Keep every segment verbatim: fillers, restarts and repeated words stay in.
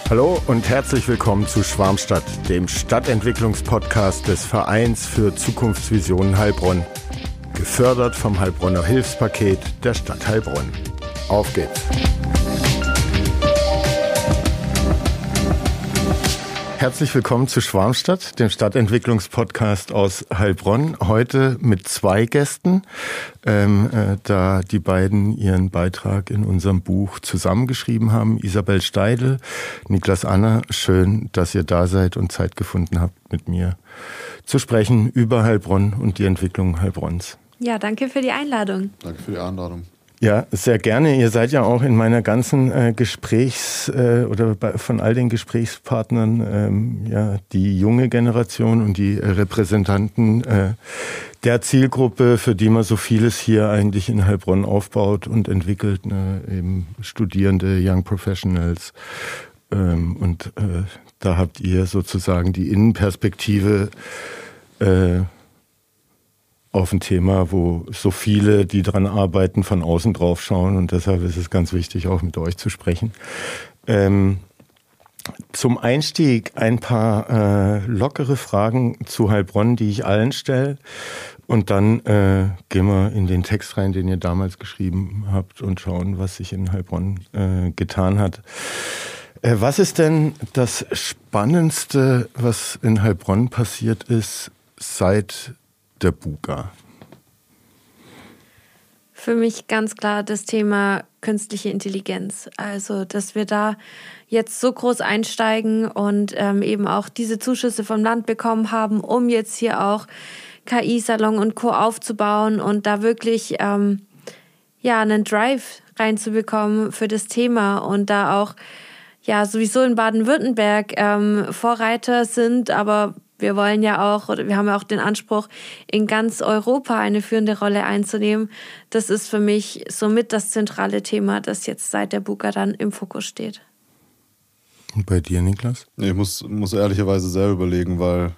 Hallo und herzlich willkommen zu Schwarmstadt, dem Stadtentwicklungspodcast des Vereins für Zukunftsvisionen Heilbronn. Gefördert vom Heilbronner Hilfspaket der Stadt Heilbronn. Auf geht's! Herzlich willkommen zu Schwarmstadt, dem Stadtentwicklungspodcast aus Heilbronn. Heute mit zwei Gästen, ähm, äh, da die beiden ihren Beitrag in unserem Buch zusammengeschrieben haben. Isabel Steidl, Niklas Anna, schön, dass ihr da seid und Zeit gefunden habt, mit mir zu sprechen über Heilbronn und die Entwicklung Heilbronns. Ja, danke für die Einladung. Danke für die Einladung. Ja, sehr gerne. Ihr seid ja auch in meiner ganzen äh, Gesprächs- äh, oder bei, von all den Gesprächspartnern ähm, ja die junge Generation und die äh, Repräsentanten äh, der Zielgruppe, für die man so vieles hier eigentlich in Heilbronn aufbaut und entwickelt, ne? Eben Studierende, Young Professionals. Ähm, und äh, da habt ihr sozusagen die Innenperspektive äh, auf ein Thema, wo so viele, die dran arbeiten, von außen drauf schauen. Und deshalb ist es ganz wichtig, auch mit euch zu sprechen. Ähm, zum Einstieg ein paar äh, lockere Fragen zu Heilbronn, die ich allen stelle. Und dann äh, gehen wir in den Text rein, den ihr damals geschrieben habt und schauen, was sich in Heilbronn äh, getan hat. Äh, was ist denn das Spannendste, was in Heilbronn passiert ist, seit der Buga? Für mich ganz klar das Thema künstliche Intelligenz. Also, dass wir da jetzt so groß einsteigen und ähm, eben auch diese Zuschüsse vom Land bekommen haben, um jetzt hier auch K I-Salon und Co. aufzubauen und da wirklich ähm, ja, einen Drive reinzubekommen für das Thema und da auch ja sowieso in Baden-Württemberg ähm, Vorreiter sind, aber wir wollen ja auch, oder wir haben ja auch den Anspruch, in ganz Europa eine führende Rolle einzunehmen. Das ist für mich somit das zentrale Thema, das jetzt seit der Buga dann im Fokus steht. Und bei dir, Niklas? Ich muss, muss ehrlicherweise sehr überlegen, weil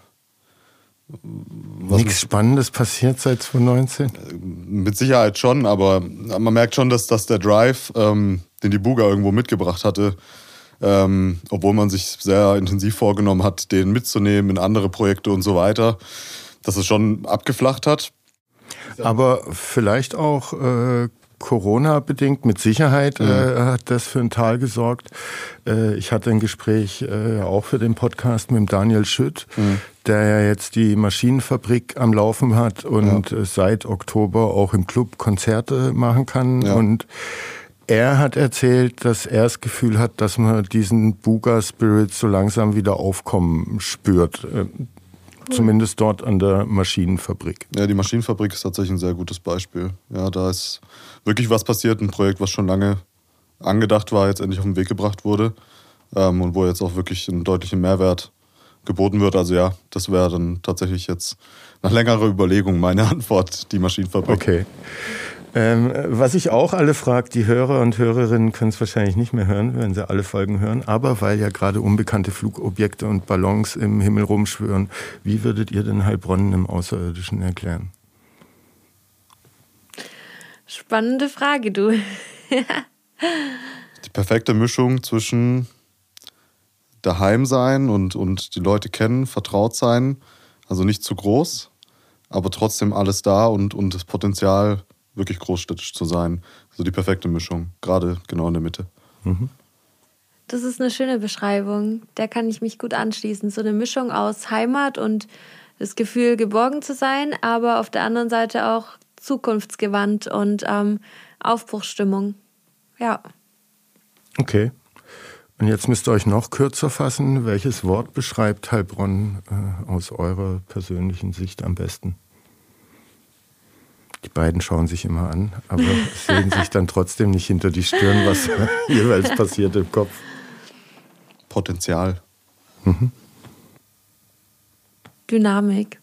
nichts Spannendes passiert seit zwanzig neunzehn? Mit Sicherheit schon, aber man merkt schon, dass, dass der Drive, ähm, den die Buga irgendwo mitgebracht hatte, Ähm, obwohl man sich sehr intensiv vorgenommen hat, den mitzunehmen in andere Projekte und so weiter, dass es schon abgeflacht hat. Aber vielleicht auch äh, Corona-bedingt, mit Sicherheit mhm. äh, hat das für ein Tal gesorgt. Äh, ich hatte ein Gespräch äh, auch für den Podcast mit dem Daniel Schütt, mhm. der ja jetzt die Maschinenfabrik am Laufen hat und ja. seit Oktober auch im Club Konzerte machen kann. Ja. Und er hat erzählt, dass er das Gefühl hat, dass man diesen Buga-Spirit so langsam wieder aufkommen spürt. Äh, cool. Zumindest dort an der Maschinenfabrik. Ja, die Maschinenfabrik ist tatsächlich ein sehr gutes Beispiel. Ja, da ist wirklich was passiert, ein Projekt, was schon lange angedacht war, jetzt endlich auf den Weg gebracht wurde ähm, und wo jetzt auch wirklich ein deutlicher Mehrwert geboten wird. Also ja, das wäre dann tatsächlich jetzt nach längerer Überlegung meine Antwort, die Maschinenfabrik. Okay. Ähm, was ich auch alle frage, die Hörer und Hörerinnen können es wahrscheinlich nicht mehr hören, wenn sie alle Folgen hören, aber weil ja gerade unbekannte Flugobjekte und Ballons im Himmel rumschwören, wie würdet ihr denn Heilbronn im Außerirdischen erklären? Spannende Frage, du. Die perfekte Mischung zwischen daheim sein und, und die Leute kennen, vertraut sein, also nicht zu groß, aber trotzdem alles da und, und das Potenzial wirklich großstädtisch zu sein. Also die perfekte Mischung, gerade genau in der Mitte. Mhm. Das ist eine schöne Beschreibung. Der kann ich mich gut anschließen. So eine Mischung aus Heimat und das Gefühl, geborgen zu sein, aber auf der anderen Seite auch zukunftsgewandt und ähm, Aufbruchsstimmung. Ja. Okay. Und jetzt müsst ihr euch noch kürzer fassen. Welches Wort beschreibt Heilbronn äh, aus eurer persönlichen Sicht am besten? Die beiden schauen sich immer an, aber sehen sich dann trotzdem nicht hinter die Stirn, was jeweils passiert im Kopf. Potenzial. Mhm. Dynamik.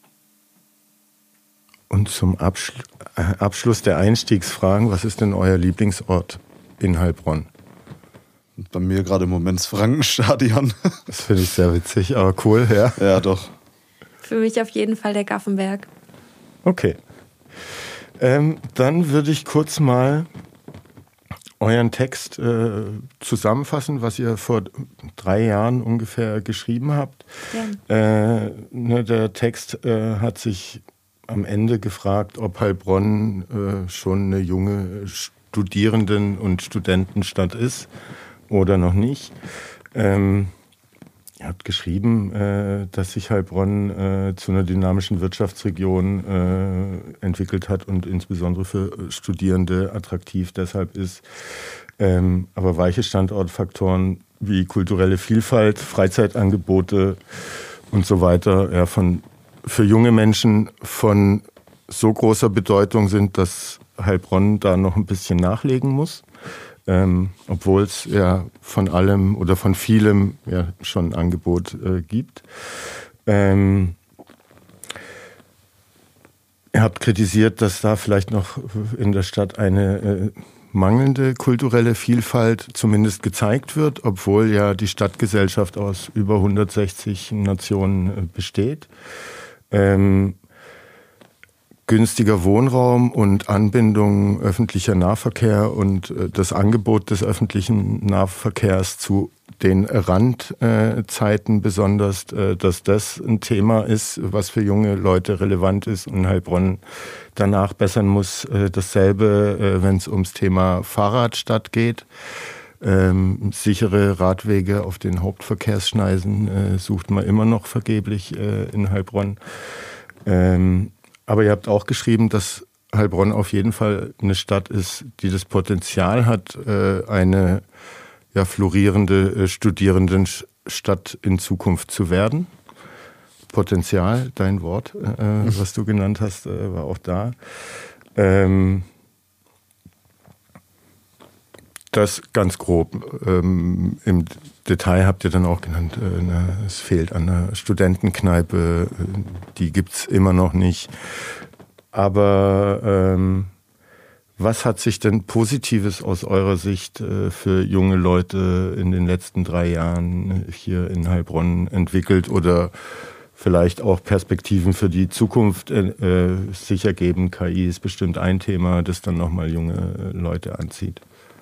Und zum Abschl- äh, Abschluss der Einstiegsfragen, was ist denn euer Lieblingsort in Heilbronn? Bei mir gerade im Moment das Frankenstadion. Das finde ich sehr witzig, aber cool, ja. Ja, doch. Für mich auf jeden Fall der Gaffenberg. Okay. Ähm, dann würde ich kurz mal euren Text äh, zusammenfassen, was ihr vor drei Jahren ungefähr geschrieben habt. Ja. Äh, ne, der Text äh, hat sich am Ende gefragt, ob Heilbronn äh, schon eine junge Studierenden- und Studentenstadt ist oder noch nicht. Ähm, ihr habt geschrieben, äh, dass sich Heilbronn äh, zu einer dynamischen Wirtschaftsregion äh, entwickelt hat und insbesondere für Studierende attraktiv deshalb ist. Ähm, aber weiche Standortfaktoren wie kulturelle Vielfalt, Freizeitangebote und so weiter ja, von, für junge Menschen von so großer Bedeutung sind, dass Heilbronn da noch ein bisschen nachlegen muss. Ähm, obwohl es ja von allem oder von vielem ja schon ein Angebot äh, gibt. Ähm, ihr habt kritisiert, dass da vielleicht noch in der Stadt eine äh, mangelnde kulturelle Vielfalt zumindest gezeigt wird, obwohl ja die Stadtgesellschaft aus über hundertsechzig Nationen äh, besteht. Ähm, günstiger Wohnraum und Anbindung öffentlicher Nahverkehr und das Angebot des öffentlichen Nahverkehrs zu den Randzeiten besonders, dass das ein Thema ist, was für junge Leute relevant ist und Heilbronn danach bessern muss. Dasselbe, wenn es ums Thema Fahrradstadt geht. Ähm, sichere Radwege auf den Hauptverkehrsschneisen äh, sucht man immer noch vergeblich äh, in Heilbronn. Ähm, Aber ihr habt auch geschrieben, dass Heilbronn auf jeden Fall eine Stadt ist, die das Potenzial hat, eine ja, florierende Studierendenstadt in Zukunft zu werden. Potenzial, dein Wort, was du genannt hast, war auch da. Das ganz grob. Im Detail habt ihr dann auch genannt, äh, es fehlt an einer Studentenkneipe, die gibt es immer noch nicht. Aber ähm, was hat sich denn Positives aus eurer Sicht äh, für junge Leute in den letzten drei Jahren hier in Heilbronn entwickelt oder vielleicht auch Perspektiven für die Zukunft äh, sicher geben? K I ist bestimmt ein Thema, das dann nochmal junge Leute anzieht.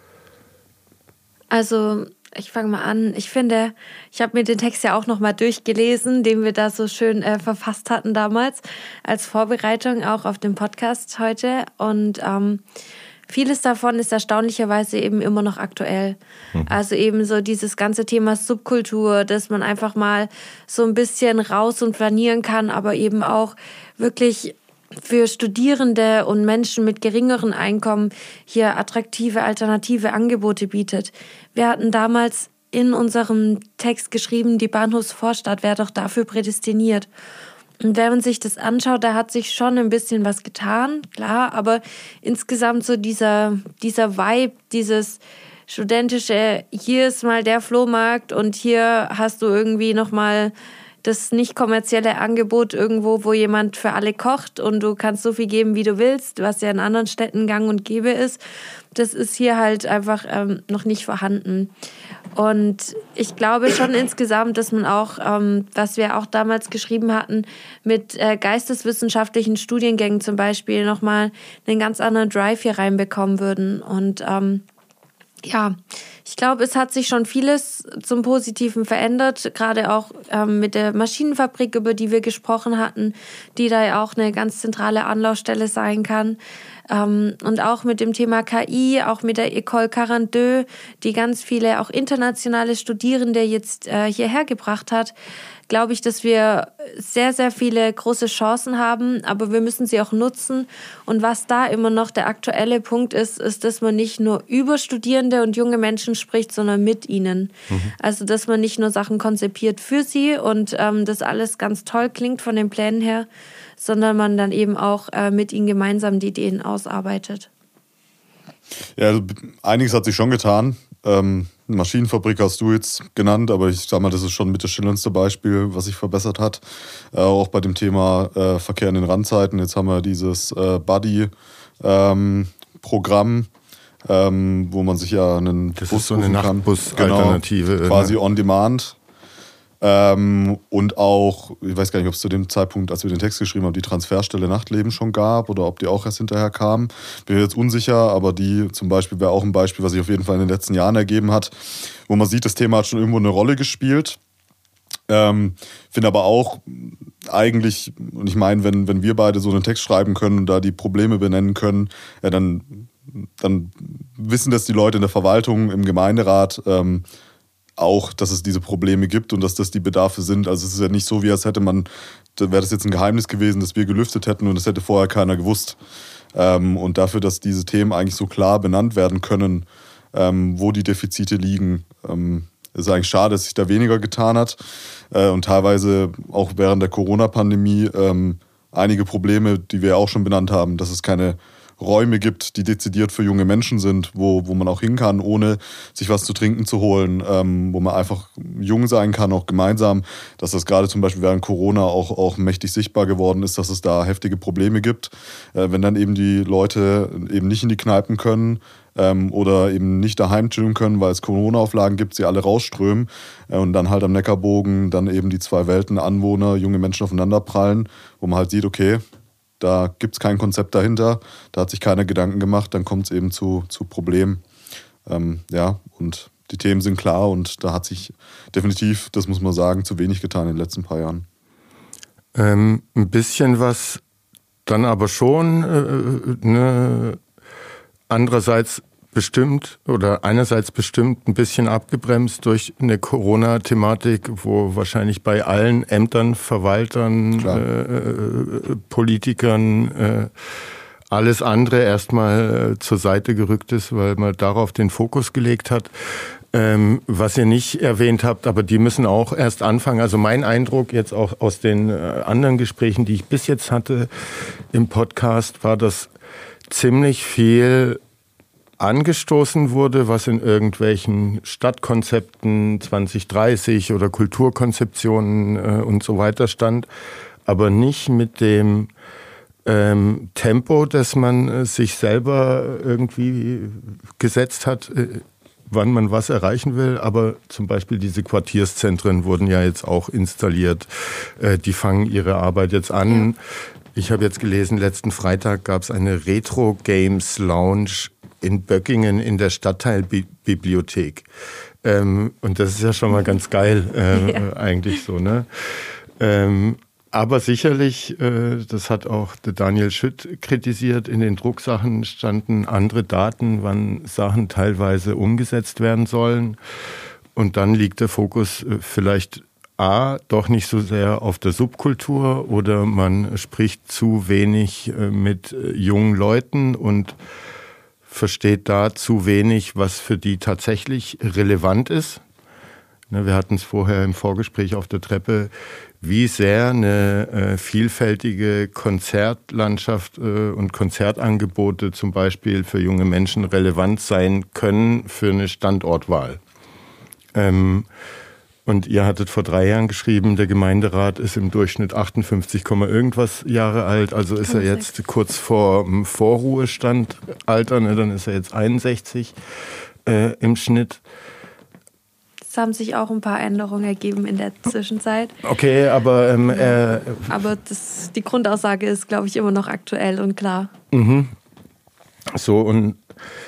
Also ich fange mal an. Ich finde, ich habe mir den Text ja auch nochmal durchgelesen, den wir da so schön äh, verfasst hatten damals, als Vorbereitung auch auf den Podcast heute. Und ähm, vieles davon ist erstaunlicherweise eben immer noch aktuell. Mhm. Also eben so dieses ganze Thema Subkultur, dass man einfach mal so ein bisschen raus und flanieren kann, aber eben auch wirklich für Studierende und Menschen mit geringeren Einkommen hier attraktive, alternative Angebote bietet. Wir hatten damals in unserem Text geschrieben, die Bahnhofsvorstadt wäre doch dafür prädestiniert. Und wenn man sich das anschaut, da hat sich schon ein bisschen was getan, klar, aber insgesamt so dieser, dieser Vibe, dieses studentische, hier ist mal der Flohmarkt und hier hast du irgendwie nochmal das nicht kommerzielle Angebot irgendwo, wo jemand für alle kocht und du kannst so viel geben, wie du willst, was ja in anderen Städten gang und gäbe ist. Das ist hier halt einfach ähm, noch nicht vorhanden. Und ich glaube schon insgesamt, dass man auch, ähm, was wir auch damals geschrieben hatten, mit äh, geisteswissenschaftlichen Studiengängen zum Beispiel nochmal einen ganz anderen Drive hier reinbekommen würden. Und ähm, ja, ich glaube, es hat sich schon vieles zum Positiven verändert, gerade auch ähm, mit der Maschinenfabrik, über die wir gesprochen hatten, die da ja auch eine ganz zentrale Anlaufstelle sein kann. Ähm, und auch mit dem Thema K I, auch mit der École quarante-deux, die ganz viele auch internationale Studierende jetzt äh, hierher gebracht hat, glaube ich, dass wir sehr, sehr viele große Chancen haben, aber wir müssen sie auch nutzen. Und was da immer noch der aktuelle Punkt ist, ist, dass man nicht nur über Studierende und junge Menschen spricht, sondern mit ihnen. Mhm. Also, dass man nicht nur Sachen konzipiert für sie und ähm, das alles ganz toll klingt von den Plänen her, sondern man dann eben auch äh, mit ihnen gemeinsam die Ideen ausarbeitet. Ja, also einiges hat sich schon getan. Ähm, Maschinenfabrik hast du jetzt genannt, aber ich sag mal, das ist schon mit das schillerndste Beispiel, was sich verbessert hat. Äh, auch bei dem Thema äh, Verkehr in den Randzeiten. Jetzt haben wir dieses äh, Buddy-Programm, ähm, wo man sich ja einen das Bus ist so eine Nachtbus-Alternative. Genau, quasi on demand. Ähm, und auch, ich weiß gar nicht, ob es zu dem Zeitpunkt, als wir den Text geschrieben haben, die Transferstelle Nachtleben schon gab oder ob die auch erst hinterher kam. Bin mir jetzt unsicher, aber die zum Beispiel wäre auch ein Beispiel, was sich auf jeden Fall in den letzten Jahren ergeben hat, wo man sieht, das Thema hat schon irgendwo eine Rolle gespielt. Ähm, finde aber auch eigentlich, und ich meine, wenn, wenn wir beide so einen Text schreiben können und da die Probleme benennen können, ja, dann, dann wissen das die Leute in der Verwaltung, im Gemeinderat, ähm, auch, dass es diese Probleme gibt und dass das die Bedarfe sind. Also es ist ja nicht so, wie als hätte man, da wäre das jetzt ein Geheimnis gewesen, das wir gelüftet hätten und das hätte vorher keiner gewusst. Ähm, und dafür, dass diese Themen eigentlich so klar benannt werden können, ähm, wo die Defizite liegen, ähm, ist eigentlich schade, dass sich da weniger getan hat. Äh, und teilweise auch während der Corona-Pandemie ähm, einige Probleme, die wir auch schon benannt haben, dass es keine Räume gibt, die dezidiert für junge Menschen sind, wo, wo man auch hin kann, ohne sich was zu trinken zu holen, ähm, wo man einfach jung sein kann, auch gemeinsam, dass das gerade zum Beispiel während Corona auch, auch mächtig sichtbar geworden ist, dass es da heftige Probleme gibt. Äh, wenn dann eben die Leute eben nicht in die Kneipen können ähm, oder eben nicht daheim chillen können, weil es Corona-Auflagen gibt, sie alle rausströmen äh, und dann halt am Neckarbogen dann eben die zwei Welten, Anwohner, junge Menschen aufeinander prallen, wo man halt sieht, okay, da gibt es kein Konzept dahinter, da hat sich keiner Gedanken gemacht, dann kommt es eben zu, zu Problemen. Ähm, ja, und die Themen sind klar und da hat sich definitiv, das muss man sagen, zu wenig getan in den letzten paar Jahren. Ähm, ein bisschen was dann aber schon, äh, ne, andererseits bestimmt oder einerseits bestimmt ein bisschen abgebremst durch eine Corona-Thematik, wo wahrscheinlich bei allen Ämtern, Verwaltern, äh, Politikern äh, alles andere erstmal äh, zur Seite gerückt ist, weil man darauf den Fokus gelegt hat. Ähm, was ihr nicht erwähnt habt, aber die müssen auch erst anfangen. Also mein Eindruck jetzt auch aus den äh, anderen Gesprächen, die ich bis jetzt hatte im Podcast, war, dass ziemlich viel angestoßen wurde, was in irgendwelchen Stadtkonzepten zwanzig dreißig oder Kulturkonzeptionen äh, und so weiter stand, aber nicht mit dem ähm, Tempo, das man äh, sich selber irgendwie gesetzt hat, äh, wann man was erreichen will. Aber zum Beispiel diese Quartierszentren wurden ja jetzt auch installiert. Äh, die fangen ihre Arbeit jetzt an. Ja. Ich habe jetzt gelesen, letzten Freitag gab es eine Retro-Games-Lounge in Böckingen in der Stadtteilbibliothek. Ähm, und das ist ja schon mal ganz geil, äh, ja. eigentlich so, ne? Ähm, aber sicherlich, äh, das hat auch der Daniel Schütt kritisiert, in den Drucksachen standen andere Daten, wann Sachen teilweise umgesetzt werden sollen. Und dann liegt der Fokus äh, vielleicht A, doch nicht so sehr auf der Subkultur oder man spricht zu wenig äh, mit äh, jungen Leuten und versteht da zu wenig, was für die tatsächlich relevant ist. Wir hatten es vorher im Vorgespräch auf der Treppe, wie sehr eine äh, vielfältige Konzertlandschaft äh, und Konzertangebote zum Beispiel für junge Menschen relevant sein können für eine Standortwahl. Ähm, und ihr hattet vor drei Jahren geschrieben, der Gemeinderat ist im Durchschnitt achtundfünfzig, irgendwas Jahre alt, also ist er jetzt kurz vor dem Vorruhestandalter, ne, dann ist er jetzt einundsechzig äh, im Schnitt. Es haben sich auch ein paar Änderungen ergeben in der Zwischenzeit. Okay, aber... Ähm, äh, aber das, die Grundaussage ist, glaube ich, immer noch aktuell und klar. Mhm. So, und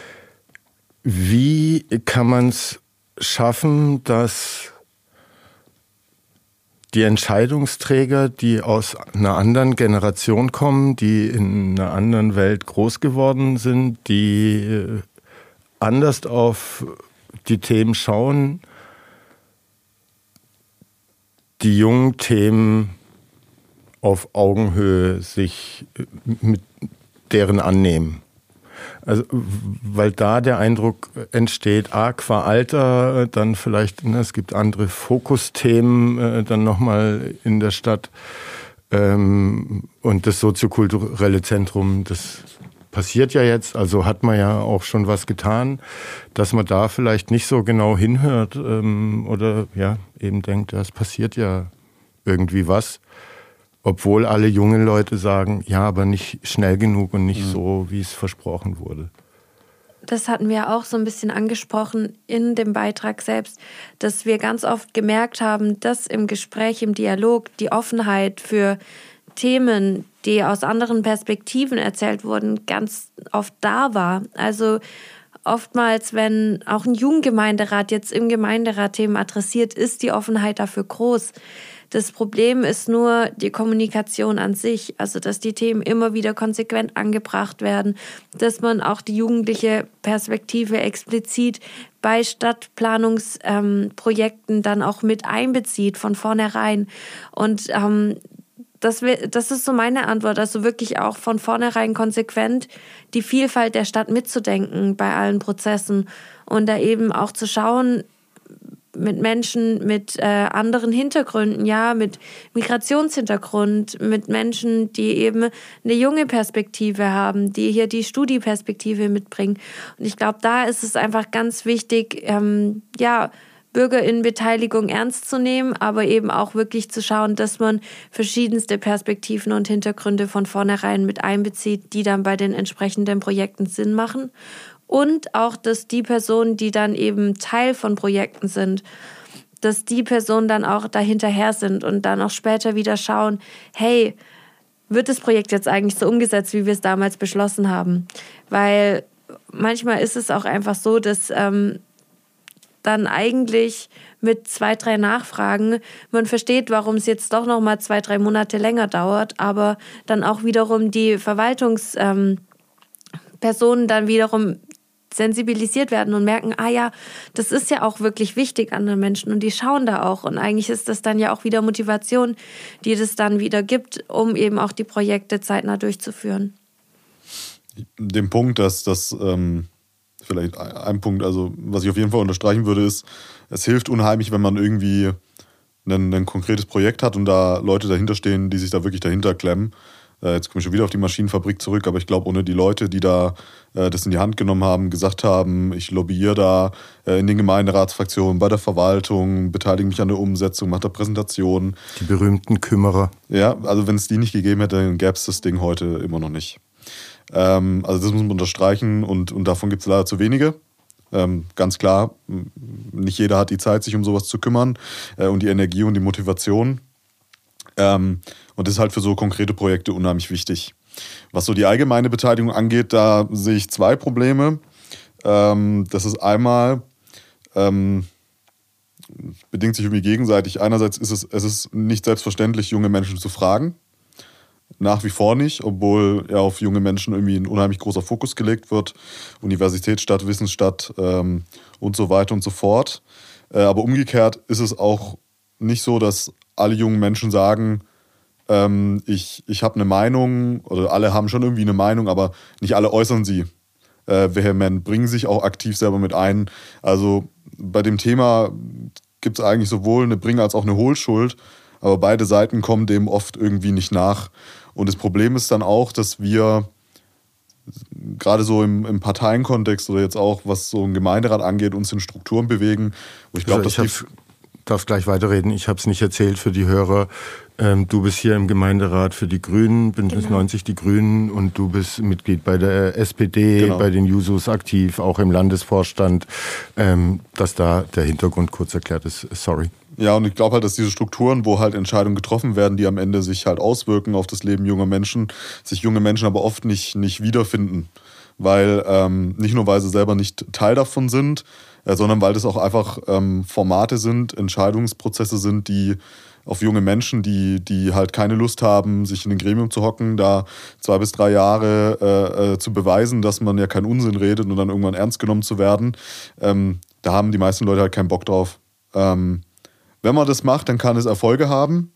wie kann man es schaffen, dass die Entscheidungsträger, die aus einer anderen Generation kommen, die in einer anderen Welt groß geworden sind, die anders auf die Themen schauen, die jungen Themen auf Augenhöhe sich mit deren annehmen. Also, weil da der Eindruck entsteht, ah, qua Alter, dann vielleicht, ne, es gibt andere Fokusthemen äh, dann nochmal in der Stadt. Ähm, und das soziokulturelle Zentrum, das passiert ja jetzt, also hat man ja auch schon was getan, dass man da vielleicht nicht so genau hinhört ähm, oder ja, eben denkt, ja, es passiert ja irgendwie was. Obwohl alle jungen Leute sagen, ja, aber nicht schnell genug und nicht mhm. so, wie es versprochen wurde. das hatten wir auch so ein bisschen angesprochen in dem Beitrag selbst, dass wir ganz oft gemerkt haben, dass im Gespräch, im Dialog die Offenheit für Themen, die aus anderen Perspektiven erzählt wurden, ganz oft da war. Also oftmals, wenn auch ein Jugendgemeinderat jetzt im Gemeinderat Themen adressiert, ist die Offenheit dafür groß. Das Problem ist nur die Kommunikation an sich, also dass die Themen immer wieder konsequent angebracht werden, dass man auch die jugendliche Perspektive explizit bei Stadtplanungsprojekten ähm, dann auch mit einbezieht von vornherein. Und ähm, das, das ist so meine Antwort, also wirklich auch von vornherein konsequent die Vielfalt der Stadt mitzudenken bei allen Prozessen und da eben auch zu schauen, mit Menschen mit äh, anderen Hintergründen, ja, mit Migrationshintergrund, mit Menschen, die eben eine junge Perspektive haben, die hier die Studieperspektive mitbringen. Und ich glaube, da ist es einfach ganz wichtig, ähm, ja, BürgerInnenbeteiligung ernst zu nehmen, aber eben auch wirklich zu schauen, dass man verschiedenste Perspektiven und Hintergründe von vornherein mit einbezieht, die dann bei den entsprechenden Projekten Sinn machen. Und auch, dass die Personen, die dann eben Teil von Projekten sind, dass die Personen dann auch dahinterher sind und dann auch später wieder schauen, hey, wird das Projekt jetzt eigentlich so umgesetzt, wie wir es damals beschlossen haben? Weil manchmal ist es auch einfach so, dass ähm, dann eigentlich mit zwei, drei Nachfragen man versteht, warum es jetzt doch noch mal zwei, drei Monate länger dauert, aber dann auch wiederum die Verwaltungspersonen ähm, dann wiederum sensibilisiert werden und merken, ah ja, das ist ja auch wirklich wichtig anderen Menschen und die schauen da auch und eigentlich ist das dann ja auch wieder Motivation, die das dann wieder gibt, um eben auch die Projekte zeitnah durchzuführen. Den Punkt, dass das ähm, vielleicht ein Punkt, also was ich auf jeden Fall unterstreichen würde, ist, es hilft unheimlich, wenn man irgendwie ein, ein konkretes Projekt hat und da Leute dahinter stehen, die sich da wirklich dahinter klemmen. Jetzt komme ich schon wieder auf die Maschinenfabrik zurück, aber ich glaube, ohne die Leute, die da äh, das in die Hand genommen haben, gesagt haben, ich lobbyiere da äh, in den Gemeinderatsfraktionen, bei der Verwaltung, beteilige mich an der Umsetzung, mache da Präsentationen. Die berühmten Kümmerer. Ja, also wenn es die nicht gegeben hätte, dann gäbe es das Ding heute immer noch nicht. Ähm, also das muss man unterstreichen und, und davon gibt es leider zu wenige. Ähm, ganz klar, nicht jeder hat die Zeit, sich um sowas zu kümmern äh, und die Energie und die Motivation. Ähm, und das ist halt für so konkrete Projekte unheimlich wichtig. Was so die allgemeine Beteiligung angeht, da sehe ich zwei Probleme. Ähm, das ist einmal, ähm, bedingt sich irgendwie gegenseitig. Einerseits ist es, es ist nicht selbstverständlich, junge Menschen zu fragen. Nach wie vor nicht, obwohl ja auf junge Menschen irgendwie ein unheimlich großer Fokus gelegt wird. Universitätsstadt, Wissensstadt ähm, und so weiter und so fort. Äh, aber umgekehrt ist es auch nicht so, dass alle jungen Menschen sagen, ähm, ich, ich habe eine Meinung, oder alle haben schon irgendwie eine Meinung, aber nicht alle äußern sie äh, vehement, bringen sich auch aktiv selber mit ein. Also bei dem Thema gibt es eigentlich sowohl eine Bring- als auch eine Hohlschuld, aber beide Seiten kommen dem oft irgendwie nicht nach. Und das Problem ist dann auch, dass wir gerade so im, im Parteienkontext oder jetzt auch, was so ein Gemeinderat angeht, uns in Strukturen bewegen, wo ich glaube, also dass die... darf gleich weiterreden. Ich habe es nicht erzählt für die Hörer. Ähm, du bist hier im Gemeinderat für die Grünen, Bündnis genau. neunzig Die Grünen, und du bist Mitglied bei der S P D, genau. bei den Jusos aktiv, auch im Landesvorstand. Ähm, dass da der Hintergrund kurz erklärt ist, sorry. Ja, und ich glaube halt, dass diese Strukturen, wo halt Entscheidungen getroffen werden, die am Ende sich halt auswirken auf das Leben junger Menschen, sich junge Menschen aber oft nicht, nicht wiederfinden. Weil, ähm, nicht nur, weil sie selber nicht Teil davon sind, äh, sondern weil das auch einfach ähm, Formate sind, Entscheidungsprozesse sind, die auf junge Menschen, die, die halt keine Lust haben, sich in ein Gremium zu hocken, da zwei bis drei Jahre äh, äh, zu beweisen, dass man ja keinen Unsinn redet und dann irgendwann ernst genommen zu werden, ähm, da haben die meisten Leute halt keinen Bock drauf. Ähm, wenn man das macht, dann kann es Erfolge haben,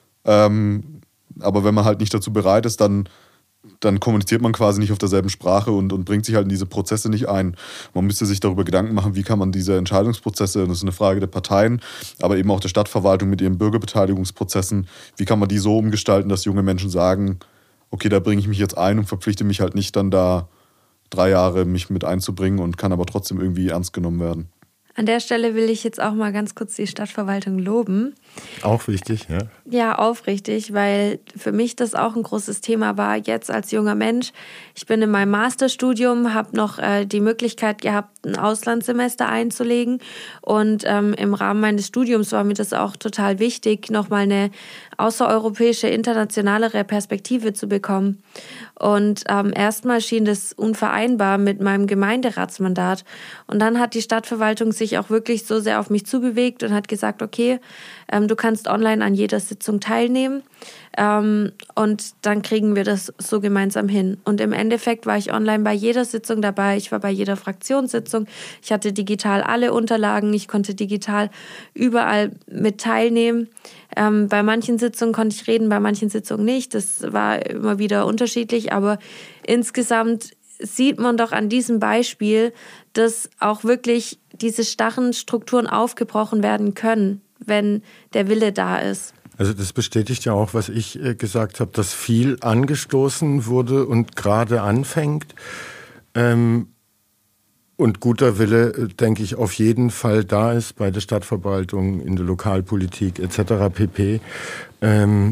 ähm, aber wenn man halt nicht dazu bereit ist, dann dann kommuniziert man quasi nicht auf derselben Sprache und, und bringt sich halt in diese Prozesse nicht ein. Man müsste sich darüber Gedanken machen, wie kann man diese Entscheidungsprozesse, das ist eine Frage der Parteien, aber eben auch der Stadtverwaltung mit ihren Bürgerbeteiligungsprozessen, wie kann man die so umgestalten, dass junge Menschen sagen, okay, da bringe ich mich jetzt ein und verpflichte mich halt nicht dann da drei Jahre mich mit einzubringen und kann aber trotzdem irgendwie ernst genommen werden. An der Stelle will ich jetzt auch mal ganz kurz die Stadtverwaltung loben. Auch wichtig, ja. Ja, aufrichtig, weil für mich das auch ein großes Thema war, jetzt als junger Mensch. Ich bin in meinem Masterstudium, habe noch äh, die Möglichkeit gehabt, ein Auslandssemester einzulegen. Und ähm, im Rahmen meines Studiums war mir das auch total wichtig, nochmal eine außereuropäische, internationalere Perspektive zu bekommen. Und ähm, erstmal schien das unvereinbar mit meinem Gemeinderatsmandat. Und dann hat die Stadtverwaltung sich auch wirklich so sehr auf mich zubewegt und hat gesagt, okay, ähm, du kannst online an jeder Sitzung teilnehmen ähm, und dann kriegen wir das so gemeinsam hin. Und im Endeffekt war ich online bei jeder Sitzung dabei, ich war bei jeder Fraktionssitzung, ich hatte digital alle Unterlagen, ich konnte digital überall mit teilnehmen. Ähm, bei manchen Sitzungen konnte ich reden, bei manchen Sitzungen nicht. Das war immer wieder unterschiedlich, aber insgesamt sieht man doch an diesem Beispiel, dass auch wirklich diese starren Strukturen aufgebrochen werden können, wenn der Wille da ist. Also das bestätigt ja auch, was ich äh, gesagt habe, dass viel angestoßen wurde und gerade anfängt. Ähm, und guter Wille, äh, denke ich, auf jeden Fall da ist bei der Stadtverwaltung, in der Lokalpolitik et cetera pp. Ähm,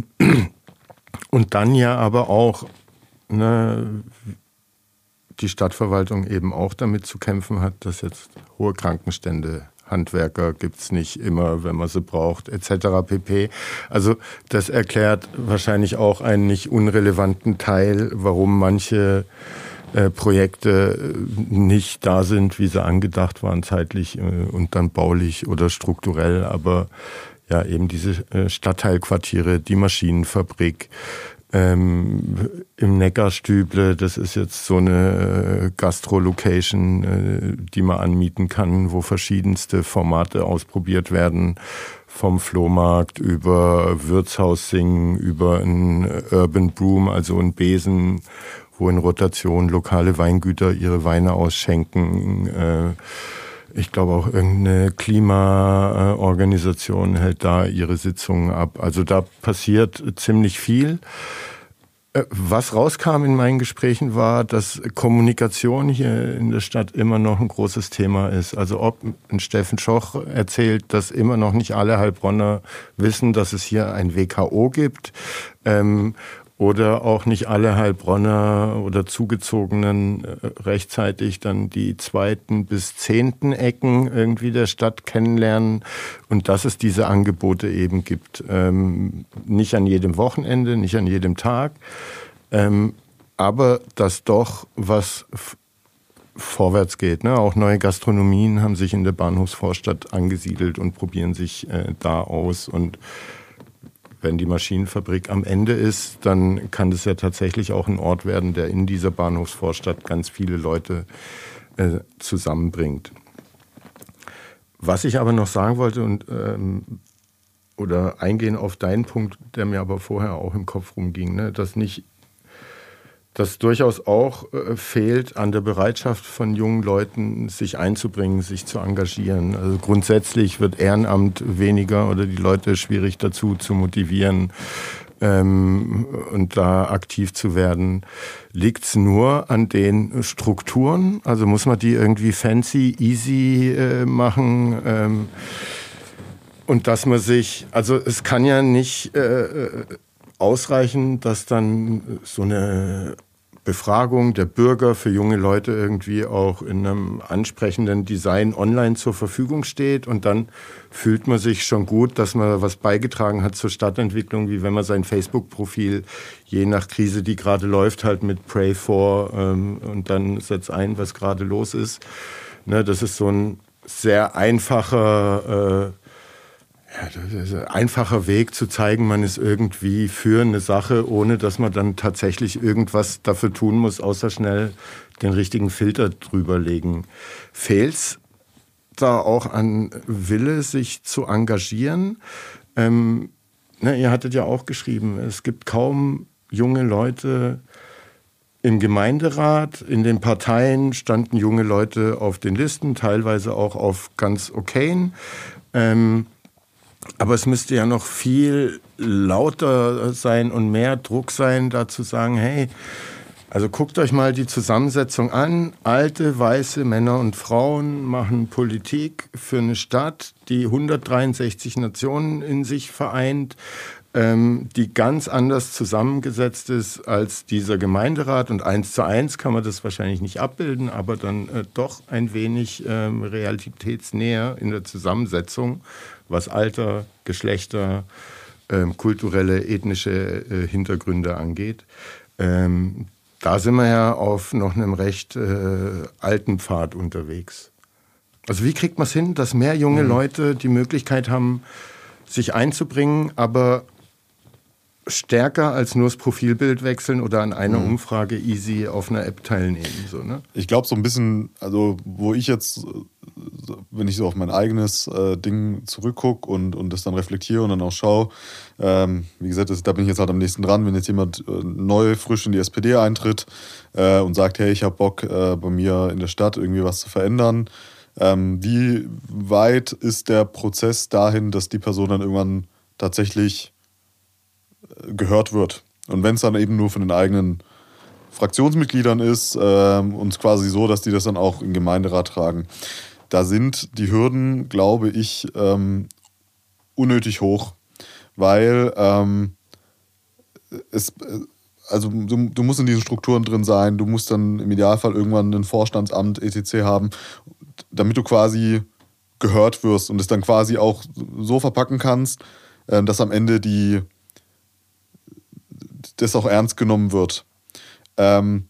und dann ja aber auch ne, die Stadtverwaltung eben auch damit zu kämpfen hat, dass jetzt hohe Krankenstände, Handwerker gibt's nicht immer, wenn man sie braucht, et cetera pp. Also das erklärt wahrscheinlich auch einen nicht unrelevanten Teil, warum manche äh, Projekte nicht da sind, wie sie angedacht waren, zeitlich äh, und dann baulich oder strukturell. Aber ja, eben diese äh, Stadtteilquartiere, die Maschinenfabrik, Ähm, im Neckarstüble, das ist jetzt so eine Gastro-Location, äh, die man anmieten kann, wo verschiedenste Formate ausprobiert werden. Vom Flohmarkt über Wirtshaus singen, über ein Urban Broom, also ein Besen, wo in Rotation lokale Weingüter ihre Weine ausschenken. Äh, Ich glaube auch irgendeine Klimaorganisation hält da ihre Sitzungen ab. Also da passiert ziemlich viel. Was rauskam in meinen Gesprächen war, dass Kommunikation hier in der Stadt immer noch ein großes Thema ist. Also ob ein Steffen Schoch erzählt, dass immer noch nicht alle Heilbronner wissen, dass es hier ein W K O gibt. Ähm, Oder auch nicht alle Heilbronner oder Zugezogenen rechtzeitig dann die zweiten bis zehnten Ecken irgendwie der Stadt kennenlernen und dass es diese Angebote eben gibt. Ähm, nicht an jedem Wochenende, nicht an jedem Tag, ähm, aber dass doch was f- vorwärts geht. Ne? Auch neue Gastronomien haben sich in der Bahnhofsvorstadt angesiedelt und probieren sich äh, da aus. Und wenn die Maschinenfabrik am Ende ist, dann kann das ja tatsächlich auch ein Ort werden, der in dieser Bahnhofsvorstadt ganz viele Leute äh, zusammenbringt. Was ich aber noch sagen wollte und ähm, oder eingehen auf deinen Punkt, der mir aber vorher auch im Kopf rumging, ne, dass nicht das durchaus auch äh, fehlt an der Bereitschaft von jungen Leuten, sich einzubringen, sich zu engagieren. Also grundsätzlich wird Ehrenamt weniger oder die Leute schwierig dazu zu motivieren ähm, und da aktiv zu werden. Liegt's nur an den Strukturen? Also muss man die irgendwie fancy, easy äh, machen? Ähm, und dass man sich, also es kann ja nicht äh, ausreichen, dass dann so eine Befragung der Bürger für junge Leute irgendwie auch in einem ansprechenden Design online zur Verfügung steht und dann fühlt man sich schon gut, dass man was beigetragen hat zur Stadtentwicklung, wie wenn man sein Facebook-Profil je nach Krise, die gerade läuft, halt mit Pray for ähm, und dann setzt ein, was gerade los ist. Ne, das ist so ein sehr einfacher äh, Ja, das ist ein einfacher Weg zu zeigen, man ist irgendwie für eine Sache, ohne dass man dann tatsächlich irgendwas dafür tun muss, außer schnell den richtigen Filter drüber legen. Fehlt's da auch an Wille, sich zu engagieren? Ähm, ne, ihr hattet ja auch geschrieben, es gibt kaum junge Leute im Gemeinderat, in den Parteien standen junge Leute auf den Listen, teilweise auch auf ganz okayen. Ähm, Aber es müsste ja noch viel lauter sein und mehr Druck sein, da zu sagen, hey, also guckt euch mal die Zusammensetzung an. Alte, weiße Männer und Frauen machen Politik für eine Stadt, die hundertdreiundsechzig Nationen in sich vereint. ähm, die ganz anders zusammengesetzt ist als dieser Gemeinderat. Und eins zu eins kann man das wahrscheinlich nicht abbilden, aber dann äh, doch ein wenig ähm, realitätsnäher in der Zusammensetzung, was Alter, Geschlechter, ähm, kulturelle, ethnische äh, Hintergründe angeht. Ähm, da sind wir ja auf noch einem recht äh, alten Pfad unterwegs. Also wie kriegt man es hin, dass mehr junge mhm. Leute die Möglichkeit haben, sich einzubringen, aber stärker als nur das Profilbild wechseln oder an einer mhm. Umfrage easy auf einer App teilnehmen? So, ne? Ich glaube so ein bisschen, also wo ich jetzt, wenn ich so auf mein eigenes äh, Ding zurückgucke und, und das dann reflektiere und dann auch schaue, ähm, wie gesagt, das, da bin ich jetzt halt am nächsten dran, wenn jetzt jemand äh, neu, frisch in die S P D eintritt äh, und sagt, hey, ich habe Bock, äh, bei mir in der Stadt irgendwie was zu verändern. Ähm, wie weit ist der Prozess dahin, dass die Person dann irgendwann tatsächlich gehört wird? Und wenn es dann eben nur von den eigenen Fraktionsmitgliedern ist ähm, und quasi so, dass die das dann auch im Gemeinderat tragen, da sind die Hürden, glaube ich, ähm, unnötig hoch, weil ähm, es, also du, du musst in diesen Strukturen drin sein, du musst dann im Idealfall irgendwann ein Vorstandsamt et cetera haben, damit du quasi gehört wirst und es dann quasi auch so verpacken kannst, dass am Ende die, das auch ernst genommen wird. Ähm,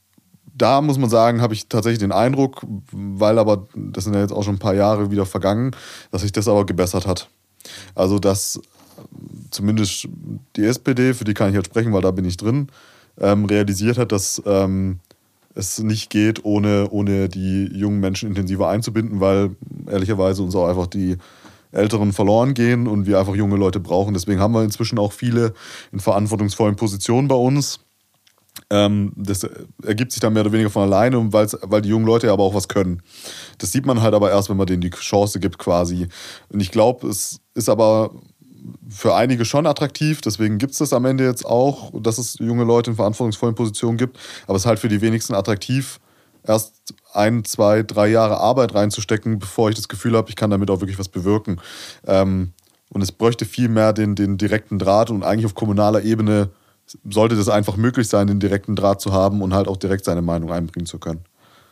da muss man sagen, habe ich tatsächlich den Eindruck, weil aber, das sind ja jetzt auch schon ein paar Jahre wieder vergangen, dass sich das aber gebessert hat. Also dass zumindest die S P D, für die kann ich jetzt sprechen, weil da bin ich drin, ähm, realisiert hat, dass ähm, es nicht geht, ohne, ohne die jungen Menschen intensiver einzubinden, weil ehrlicherweise uns auch einfach die Älteren verloren gehen und wir einfach junge Leute brauchen. Deswegen haben wir inzwischen auch viele in verantwortungsvollen Positionen bei uns. Ähm, das ergibt sich dann mehr oder weniger von alleine, weil die jungen Leute aber auch was können. Das sieht man halt aber erst, wenn man denen die Chance gibt quasi. Und ich glaube, es ist aber für einige schon attraktiv, deswegen gibt es das am Ende jetzt auch, dass es junge Leute in verantwortungsvollen Positionen gibt, aber es ist halt für die wenigsten attraktiv, erst ein, zwei, drei Jahre Arbeit reinzustecken, bevor ich das Gefühl habe, ich kann damit auch wirklich was bewirken. Ähm, und es bräuchte viel mehr den, den direkten Draht und eigentlich auf kommunaler Ebene sollte das einfach möglich sein, den direkten Draht zu haben und halt auch direkt seine Meinung einbringen zu können.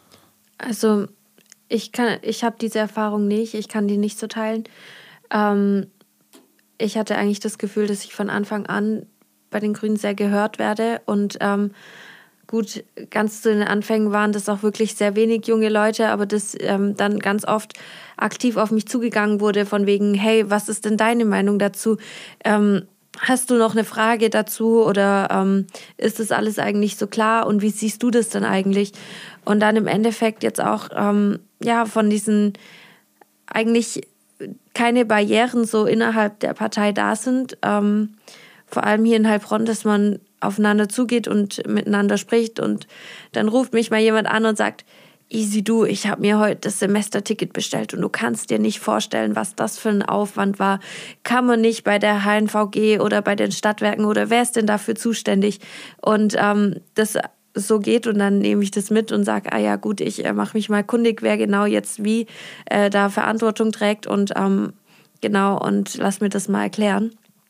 Also ich kann, ich habe diese Erfahrung nicht, ich kann die nicht so teilen. Ähm, ich hatte eigentlich das Gefühl, dass ich von Anfang an bei den Grünen sehr gehört werde und ähm, gut, ganz zu den Anfängen waren das auch wirklich sehr wenig junge Leute, aber das ähm, dann ganz oft aktiv auf mich zugegangen wurde von wegen, hey, was ist denn deine Meinung dazu? Ähm, hast du noch eine Frage dazu oder ähm, ist das alles eigentlich so klar und wie siehst du das denn eigentlich? Und dann im Endeffekt jetzt auch ähm, ja von diesen eigentlich keine Barrieren so innerhalb der Partei da sind, ähm, vor allem hier in Heilbronn, dass man aufeinander zugeht und miteinander spricht und dann ruft mich mal jemand an und sagt, Easy, du, ich habe mir heute das Semesterticket bestellt und du kannst dir nicht vorstellen, was das für ein Aufwand war. Kann man nicht bei der H N V G oder bei den Stadtwerken oder wer ist denn dafür zuständig? Und ähm, das so geht und dann nehme ich das mit und sage, ah ja gut, ich äh, mache mich mal kundig, wer genau jetzt wie äh, da Verantwortung trägt und ähm, genau und lass mir das mal erklären.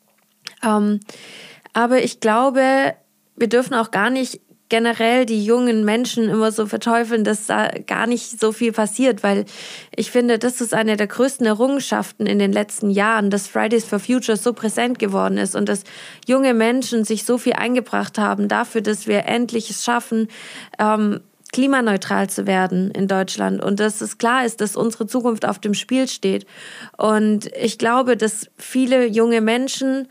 Ähm, aber ich glaube, wir dürfen auch gar nicht generell die jungen Menschen immer so verteufeln, dass da gar nicht so viel passiert, weil ich finde, das ist eine der größten Errungenschaften in den letzten Jahren, dass Fridays for Future so präsent geworden ist und dass junge Menschen sich so viel eingebracht haben dafür, dass wir endlich es schaffen, ähm, klimaneutral zu werden in Deutschland und dass es klar ist, dass unsere Zukunft auf dem Spiel steht. Und ich glaube, dass viele junge Menschen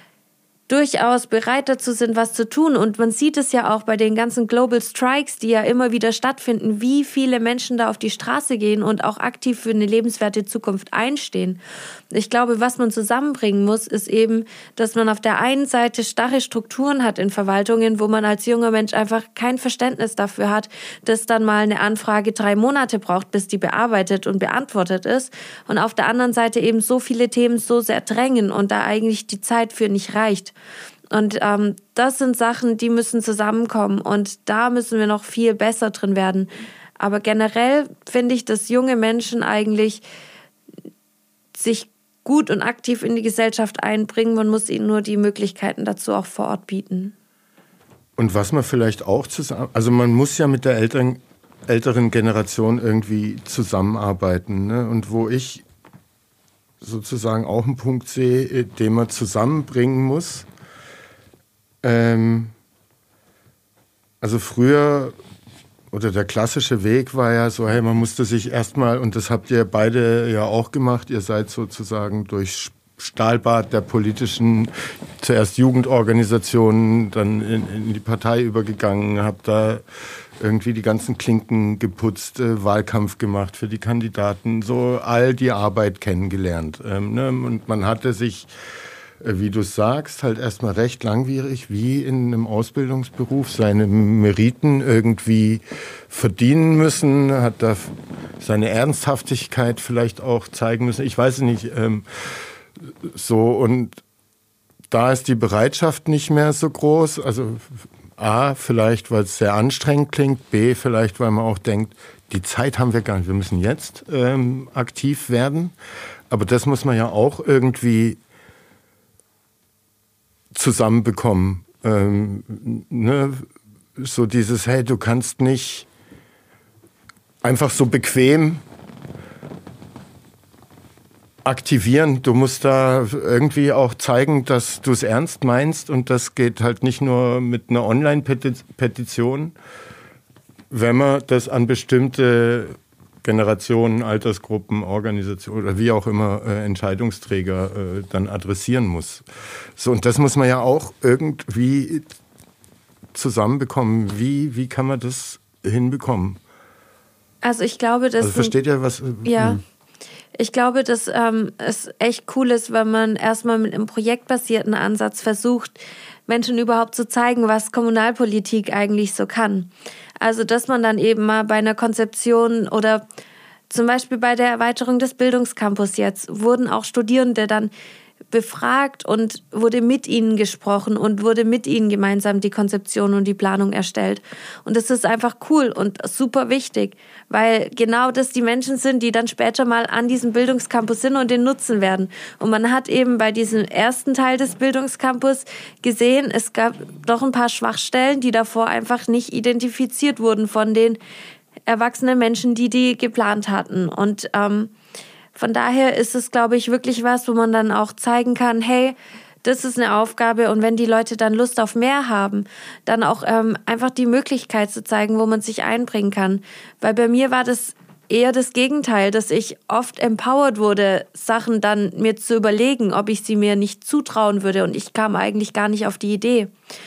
durchaus bereit dazu sind, was zu tun. Und man sieht es ja auch bei den ganzen Global Strikes, die ja immer wieder stattfinden, wie viele Menschen da auf die Straße gehen und auch aktiv für eine lebenswerte Zukunft einstehen. Ich glaube, was man zusammenbringen muss, ist eben, dass man auf der einen Seite starre Strukturen hat in Verwaltungen, wo man als junger Mensch einfach kein Verständnis dafür hat, dass dann mal eine Anfrage drei Monate braucht, bis die bearbeitet und beantwortet ist. Und auf der anderen Seite eben so viele Themen so sehr drängen und da eigentlich die Zeit für nicht reicht. Und ähm, das sind Sachen, die müssen zusammenkommen und da müssen wir noch viel besser drin werden. Aber generell finde ich, dass junge Menschen eigentlich sich gut und aktiv in die Gesellschaft einbringen. Man muss ihnen nur die Möglichkeiten dazu auch vor Ort bieten. Und was man vielleicht auch zusammen, also man muss ja mit der älteren, älteren Generation irgendwie zusammenarbeiten, ne? Und wo ich sozusagen auch einen Punkt sehe, den man zusammenbringen muss. Ähm, also früher, oder der klassische Weg war ja so, hey, man musste sich erstmal, und das habt ihr beide ja auch gemacht, ihr seid sozusagen durch Stahlbad der politischen, zuerst Jugendorganisationen, dann in, in die Partei übergegangen, habt da irgendwie die ganzen Klinken geputzt, äh, Wahlkampf gemacht für die Kandidaten, so all die Arbeit kennengelernt. Ähm, ne? Und man hatte sich, äh, wie du sagst, halt erstmal recht langwierig, wie in einem Ausbildungsberuf, seine Meriten irgendwie verdienen müssen, hat da seine Ernsthaftigkeit vielleicht auch zeigen müssen. Ich weiß nicht, ähm, so, und da ist die Bereitschaft nicht mehr so groß, also A, vielleicht, weil es sehr anstrengend klingt, B, vielleicht, weil man auch denkt, die Zeit haben wir gar nicht, wir müssen jetzt ähm, aktiv werden. Aber das muss man ja auch irgendwie zusammenbekommen. Ähm, ne? So dieses, hey, du kannst nicht einfach so bequem aktivieren. Du musst da irgendwie auch zeigen, dass du es ernst meinst, und das geht halt nicht nur mit einer Online-Petition, wenn man das an bestimmte Generationen, Altersgruppen, Organisationen oder wie auch immer äh, Entscheidungsträger äh, dann adressieren muss. So, und das muss man ja auch irgendwie zusammenbekommen. Wie, wie kann man das hinbekommen? Also ich glaube, dass... Also versteht ihr, was... Ja. Ich glaube, dass ähm, es echt cool ist, wenn man erstmal mit einem projektbasierten Ansatz versucht, Menschen überhaupt zu zeigen, was Kommunalpolitik eigentlich so kann. Also, dass man dann eben mal bei einer Konzeption oder zum Beispiel bei der Erweiterung des Bildungscampus jetzt wurden auch Studierende dann befragt und wurde mit ihnen gesprochen und wurde mit ihnen gemeinsam die Konzeption und die Planung erstellt. Und das ist einfach cool und super wichtig, weil genau das die Menschen sind, die dann später mal an diesem Bildungscampus sind und den nutzen werden. Und man hat eben bei diesem ersten Teil des Bildungscampus gesehen, es gab doch ein paar Schwachstellen, die davor einfach nicht identifiziert wurden von den erwachsenen Menschen, die die geplant hatten. Und ähm, von daher ist es, glaube ich, wirklich was, wo man dann auch zeigen kann, hey, das ist eine Aufgabe, und wenn die Leute dann Lust auf mehr haben, dann auch ähm, einfach die Möglichkeit zu zeigen, wo man sich einbringen kann. Weil bei mir war das eher das Gegenteil, dass ich oft empowered wurde, Sachen dann mir zu überlegen, ob ich sie mir nicht zutrauen würde, und ich kam eigentlich gar nicht auf die Idee.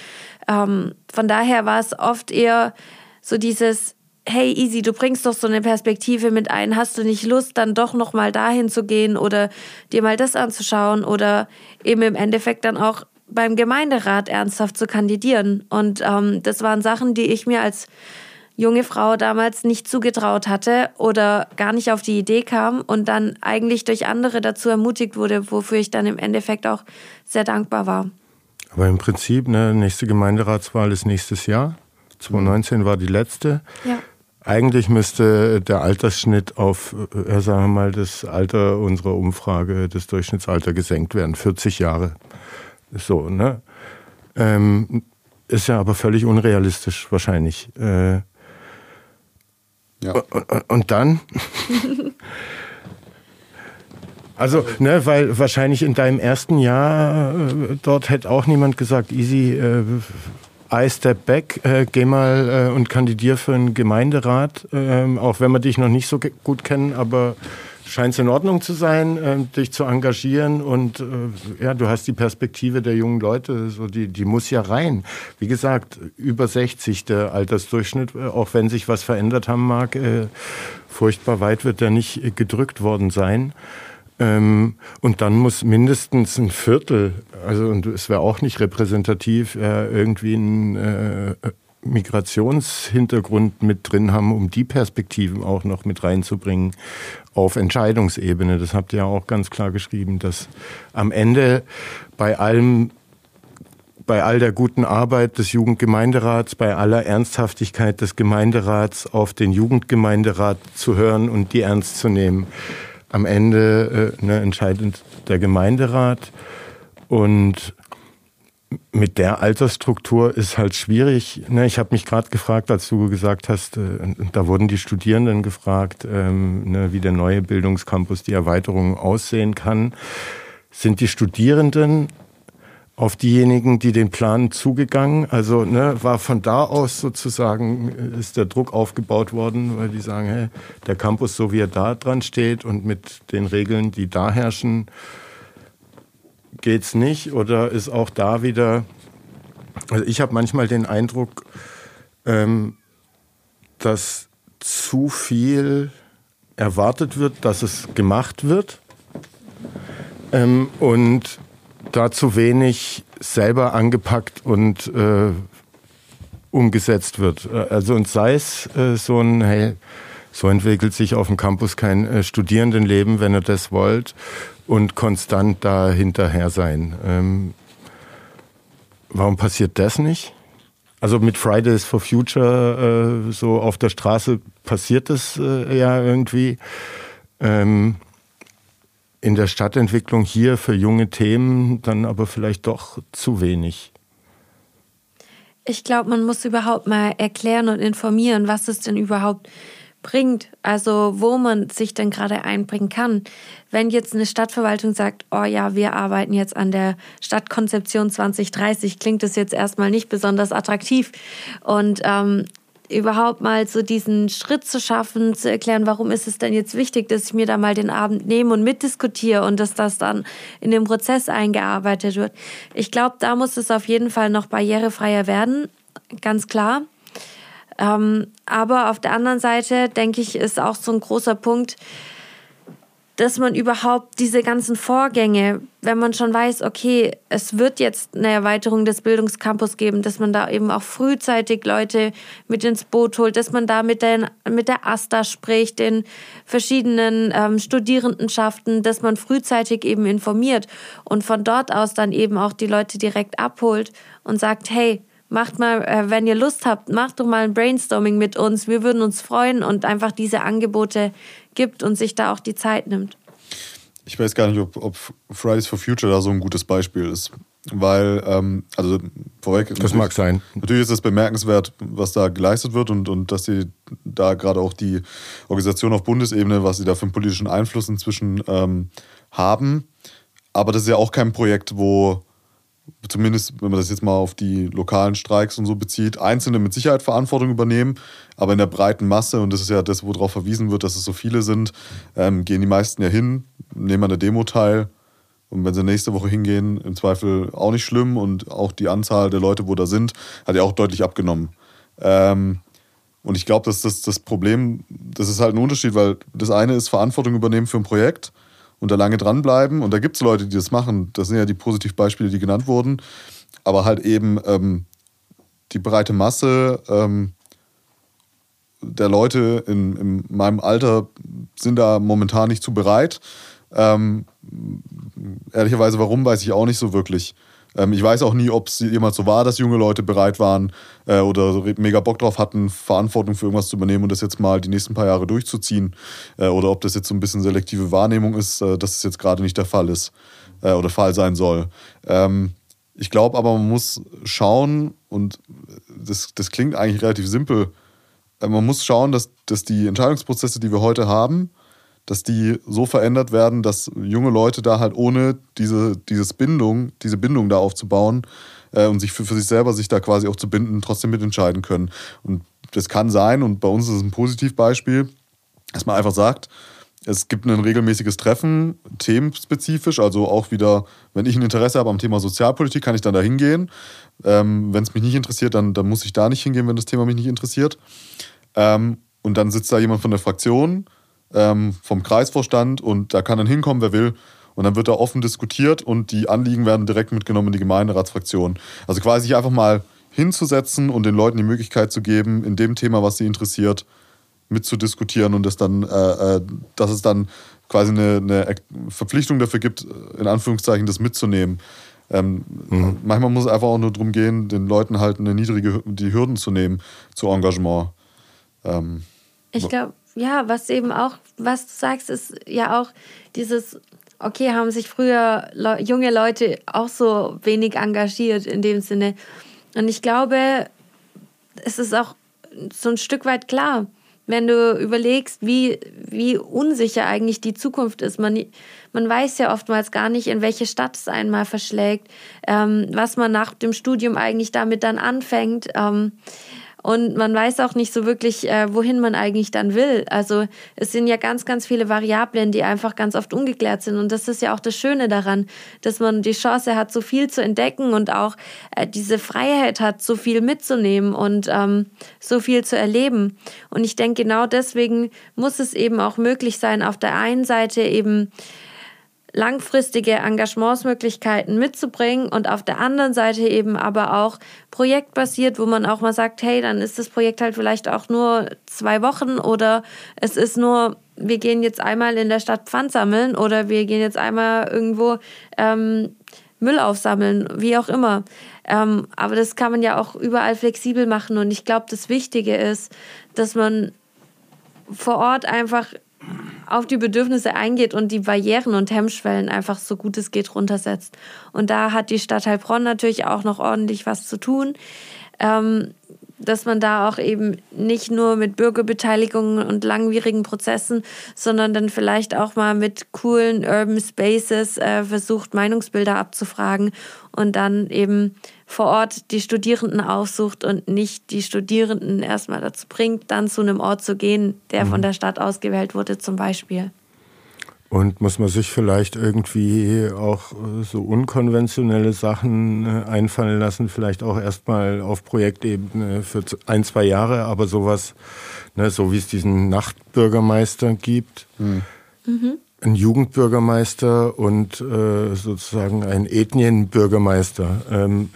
Ähm, von daher war es oft eher so dieses, hey Easy, du bringst doch so eine Perspektive mit ein, hast du nicht Lust, dann doch noch mal dahin zu gehen oder dir mal das anzuschauen oder eben im Endeffekt dann auch beim Gemeinderat ernsthaft zu kandidieren. Und ähm, das waren Sachen, die ich mir als junge Frau damals nicht zugetraut hatte oder gar nicht auf die Idee kam und dann eigentlich durch andere dazu ermutigt wurde, wofür ich dann im Endeffekt auch sehr dankbar war. Aber im Prinzip, ne, nächste Gemeinderatswahl ist nächstes Jahr. zwanzig neunzehn war die letzte. Ja. Eigentlich müsste der Altersschnitt auf, ja, sagen wir mal, das Alter unserer Umfrage, das Durchschnittsalter gesenkt werden, vierzig Jahre. So, ne? Ähm, ist ja aber völlig unrealistisch wahrscheinlich. Äh, ja. und, und dann? Also, ne, weil wahrscheinlich in deinem ersten Jahr äh, dort hätte auch niemand gesagt, Easy, äh, I step back, äh, geh mal äh, und kandidier für einen Gemeinderat, äh, auch wenn wir dich noch nicht so ge- gut kennen, aber scheint es in Ordnung zu sein, äh, dich zu engagieren, und äh, ja, du hast die Perspektive der jungen Leute, so die, die muss ja rein. Wie gesagt, über sechzig der Altersdurchschnitt, äh, auch wenn sich was verändert haben mag, äh, furchtbar weit wird der nicht äh, gedrückt worden sein. Ähm, und dann muss mindestens ein Viertel, also und es wäre auch nicht repräsentativ, äh, irgendwie einen äh, Migrationshintergrund mit drin haben, um die Perspektiven auch noch mit reinzubringen auf Entscheidungsebene. Das habt ihr ja auch ganz klar geschrieben, dass am Ende bei allem, bei all der guten Arbeit des Jugendgemeinderats, bei aller Ernsthaftigkeit des Gemeinderats auf den Jugendgemeinderat zu hören und die ernst zu nehmen, am Ende äh, ne, entscheidet der Gemeinderat. Und mit der Altersstruktur ist halt schwierig. Ne, ich habe mich gerade gefragt, als du gesagt hast, äh, da wurden die Studierenden gefragt, ähm, ne, wie der neue Bildungscampus, die Erweiterung aussehen kann. Sind die Studierenden auf diejenigen, die den Plan zugegangen? Also ne, war von da aus sozusagen, ist der Druck aufgebaut worden, weil die sagen, hey, der Campus, so wie er da dran steht und mit den Regeln, die da herrschen, geht's nicht? Oder ist auch da wieder, also ich habe manchmal den Eindruck, ähm, dass zu viel erwartet wird, dass es gemacht wird ähm, und da zu wenig selber angepackt und äh, umgesetzt wird. Also und sei es äh, so ein, hey, so entwickelt sich auf dem Campus kein äh, Studierendenleben, wenn ihr das wollt, und konstant da hinterher sein. Ähm, warum passiert das nicht? Also mit Fridays for Future äh, so auf der Straße passiert das äh, ja irgendwie. Ähm, in der Stadtentwicklung hier für junge Themen dann aber vielleicht doch zu wenig. Ich glaube, man muss überhaupt mal erklären und informieren, was es denn überhaupt bringt, also wo man sich denn gerade einbringen kann. Wenn jetzt eine Stadtverwaltung sagt, oh ja, wir arbeiten jetzt an der Stadtkonzeption zwanzig dreißig, klingt das jetzt erstmal nicht besonders attraktiv. Und ähm, überhaupt mal so diesen Schritt zu schaffen, zu erklären, warum ist es denn jetzt wichtig, dass ich mir da mal den Abend nehme und mitdiskutiere und dass das dann in den Prozess eingearbeitet wird. Ich glaube, da muss es auf jeden Fall noch barrierefreier werden, ganz klar. Ähm, aber auf der anderen Seite, denke ich, ist auch so ein großer Punkt, dass man überhaupt diese ganzen Vorgänge, wenn man schon weiß, okay, es wird jetzt eine Erweiterung des Bildungscampus geben, dass man da eben auch frühzeitig Leute mit ins Boot holt, dass man da mit, den, mit der AStA spricht, den verschiedenen ähm, Studierendenschaften, dass man frühzeitig eben informiert und von dort aus dann eben auch die Leute direkt abholt und sagt, hey, macht mal, äh, wenn ihr Lust habt, macht doch mal ein Brainstorming mit uns. Wir würden uns freuen und einfach diese Angebote gibt und sich da auch die Zeit nimmt. Ich weiß gar nicht, ob, ob Fridays for Future da so ein gutes Beispiel ist. Weil, ähm, also vorweg... Das mag sein. Natürlich ist es bemerkenswert, was da geleistet wird und, und dass sie da gerade auch die Organisation auf Bundesebene, was sie da für einen politischen Einfluss inzwischen ähm, haben. Aber das ist ja auch kein Projekt, wo zumindest, wenn man das jetzt mal auf die lokalen Streiks und so bezieht, Einzelne mit Sicherheit Verantwortung übernehmen, aber in der breiten Masse, und das ist ja das, worauf verwiesen wird, dass es so viele sind, ähm, gehen die meisten ja hin, nehmen an der Demo teil, und wenn sie nächste Woche hingehen, im Zweifel auch nicht schlimm, und auch die Anzahl der Leute, wo da sind, hat ja auch deutlich abgenommen. Ähm, und ich glaube, dass das, das Problem, das ist halt ein Unterschied, weil das eine ist Verantwortung übernehmen für ein Projekt und da lange dranbleiben. Und da gibt es Leute, die das machen. Das sind ja die Positivbeispiele, die genannt wurden. Aber halt eben ähm, die breite Masse ähm, der Leute in, in meinem Alter sind da momentan nicht zu bereit. Ähm, ehrlicherweise, warum, weiß ich auch nicht so wirklich. Ähm, ich weiß auch nie, ob es jemals so war, dass junge Leute bereit waren äh, oder mega Bock drauf hatten, Verantwortung für irgendwas zu übernehmen und das jetzt mal die nächsten paar Jahre durchzuziehen. Äh, oder ob das jetzt so ein bisschen selektive Wahrnehmung ist, äh, dass es jetzt gerade nicht der Fall ist äh, oder Fall sein soll. Ähm, ich glaube aber, man muss schauen, und das, das klingt eigentlich relativ simpel, äh, man muss schauen, dass, dass die Entscheidungsprozesse, die wir heute haben, dass die so verändert werden, dass junge Leute da halt ohne diese, dieses Bindung, diese Bindung da aufzubauen äh, und sich für, für sich selber sich da quasi auch zu binden, trotzdem mitentscheiden können. Und das kann sein, und bei uns ist es ein Positivbeispiel, dass man einfach sagt, es gibt ein regelmäßiges Treffen, themenspezifisch, also auch wieder, wenn ich ein Interesse habe am Thema Sozialpolitik, kann ich dann da hingehen. Ähm, wenn es mich nicht interessiert, dann, dann muss ich da nicht hingehen, wenn das Thema mich nicht interessiert. Ähm, und dann sitzt da jemand von der Fraktion, vom Kreisvorstand, und da kann dann hinkommen, wer will, und dann wird da offen diskutiert und die Anliegen werden direkt mitgenommen in die Gemeinderatsfraktion. Also quasi sich einfach mal hinzusetzen und den Leuten die Möglichkeit zu geben, in dem Thema, was sie interessiert, mitzudiskutieren, und das dann, äh, dass es dann quasi eine, eine Verpflichtung dafür gibt, in Anführungszeichen das mitzunehmen. Ähm, mhm. Manchmal muss es einfach auch nur darum gehen, den Leuten halt eine niedrige die Hürden zu nehmen zu Engagement. Ähm, ich glaube, ja, was eben auch, was du sagst, ist ja auch dieses, okay, haben sich früher Le- junge Leute auch so wenig engagiert in dem Sinne. Und ich glaube, es ist auch so ein Stück weit klar, wenn du überlegst, wie, wie unsicher eigentlich die Zukunft ist. Man, man weiß ja oftmals gar nicht, in welche Stadt es einmal verschlägt, ähm, was man nach dem Studium eigentlich damit dann anfängt. Ähm, Und man weiß auch nicht so wirklich, äh, wohin man eigentlich dann will. Also es sind ja ganz, ganz viele Variablen, die einfach ganz oft ungeklärt sind. Und das ist ja auch das Schöne daran, dass man die Chance hat, so viel zu entdecken und auch äh, diese Freiheit hat, so viel mitzunehmen und ähm, so viel zu erleben. Und ich denke, genau deswegen muss es eben auch möglich sein, auf der einen Seite eben langfristige Engagementsmöglichkeiten mitzubringen und auf der anderen Seite eben aber auch projektbasiert, wo man auch mal sagt, hey, dann ist das Projekt halt vielleicht auch nur zwei Wochen oder es ist nur, wir gehen jetzt einmal in der Stadt Pfand sammeln oder wir gehen jetzt einmal irgendwo ähm, Müll aufsammeln, wie auch immer. Ähm, aber das kann man ja auch überall flexibel machen und ich glaube, das Wichtige ist, dass man vor Ort einfach auf die Bedürfnisse eingeht und die Barrieren und Hemmschwellen einfach so gut es geht runtersetzt. Und da hat die Stadt Heilbronn natürlich auch noch ordentlich was zu tun, ähm, dass man da auch eben nicht nur mit Bürgerbeteiligungen und langwierigen Prozessen, sondern dann vielleicht auch mal mit coolen Urban Spaces äh, versucht, Meinungsbilder abzufragen und dann eben vor Ort die Studierenden aufsucht und nicht die Studierenden erstmal dazu bringt, dann zu einem Ort zu gehen, der mhm. von der Stadt ausgewählt wurde zum Beispiel. Und muss man sich vielleicht irgendwie auch so unkonventionelle Sachen einfallen lassen, vielleicht auch erstmal auf Projektebene für ein, zwei Jahre, aber sowas, ne, so wie es diesen Nachtbürgermeister gibt, mhm. Mhm. ein Jugendbürgermeister und äh, sozusagen ein Ethnienbürgermeister, ähm,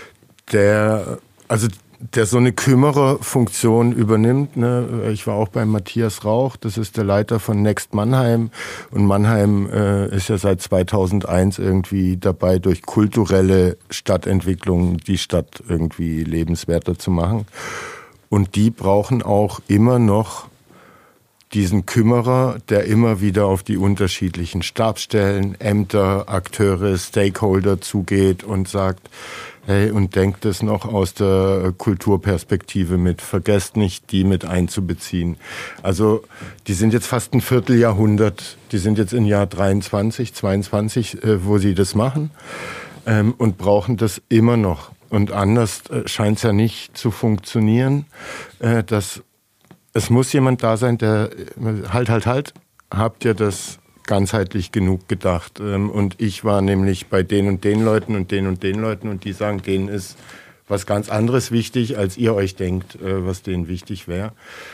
der, also der so eine Kümmererfunktion übernimmt. Ne? Ich war auch bei Matthias Rauch, das ist der Leiter von Next Mannheim. Und Mannheim äh, ist ja seit zweitausendeins irgendwie dabei, durch kulturelle Stadtentwicklung die Stadt irgendwie lebenswerter zu machen. Und die brauchen auch immer noch diesen Kümmerer, der immer wieder auf die unterschiedlichen Stabsstellen, Ämter, Akteure, Stakeholder zugeht und sagt, hey, und denkt es noch aus der Kulturperspektive mit. Vergesst nicht, die mit einzubeziehen. Also die sind jetzt fast ein Vierteljahrhundert, die sind jetzt im Jahr dreiundzwanzig, zweiundzwanzig, äh, wo sie das machen ähm, und brauchen das immer noch. Und anders äh, scheint es ja nicht zu funktionieren. Äh, dass, es muss jemand da sein, der äh, halt, halt, halt, habt ihr das ganzheitlich genug gedacht. Und ich war nämlich bei den und den Leuten und den und den Leuten und die sagen, denen ist was ganz anderes wichtig, als ihr euch denkt, was denen wichtig wäre.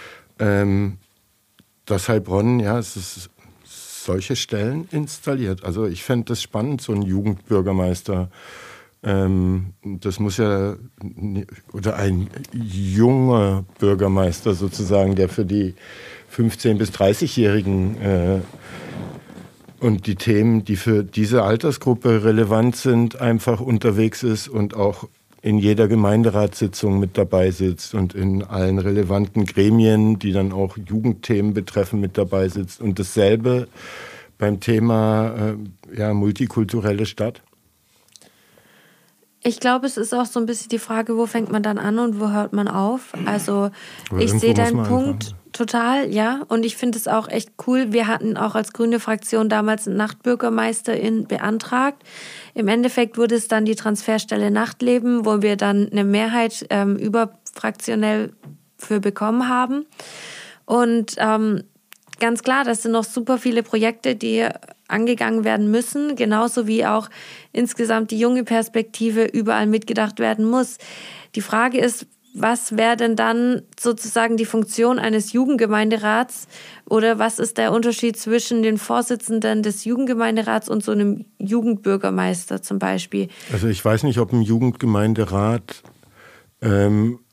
Das Heilbronn, ja, es ist solche Stellen installiert. Also ich fände das spannend, so ein Jugendbürgermeister. Das muss ja, oder ein junger Bürgermeister sozusagen, der für die fünfzehn- bis dreißigjährigen äh, und die Themen, die für diese Altersgruppe relevant sind, einfach unterwegs ist und auch in jeder Gemeinderatssitzung mit dabei sitzt und in allen relevanten Gremien, die dann auch Jugendthemen betreffen, mit dabei sitzt. Und dasselbe beim Thema äh, ja, multikulturelle Stadt. Ich glaube, es ist auch so ein bisschen die Frage, wo fängt man dann an und wo hört man auf? Also ich sehe deinen Punkt anfangen. Total, ja. Und ich finde es auch echt cool. Wir hatten auch als grüne Fraktion damals einen Nachtbürgermeisterin beantragt. Im Endeffekt wurde es dann die Transferstelle Nachtleben, wo wir dann eine Mehrheit ähm, überfraktionell für bekommen haben. Und ähm, ganz klar, das sind noch super viele Projekte, die angegangen werden müssen, genauso wie auch insgesamt die junge Perspektive überall mitgedacht werden muss. Die Frage ist, was wäre denn dann sozusagen die Funktion eines Jugendgemeinderats oder was ist der Unterschied zwischen den Vorsitzenden des Jugendgemeinderats und so einem Jugendbürgermeister zum Beispiel? Also ich weiß nicht, ob ein Jugendgemeinderat ähm,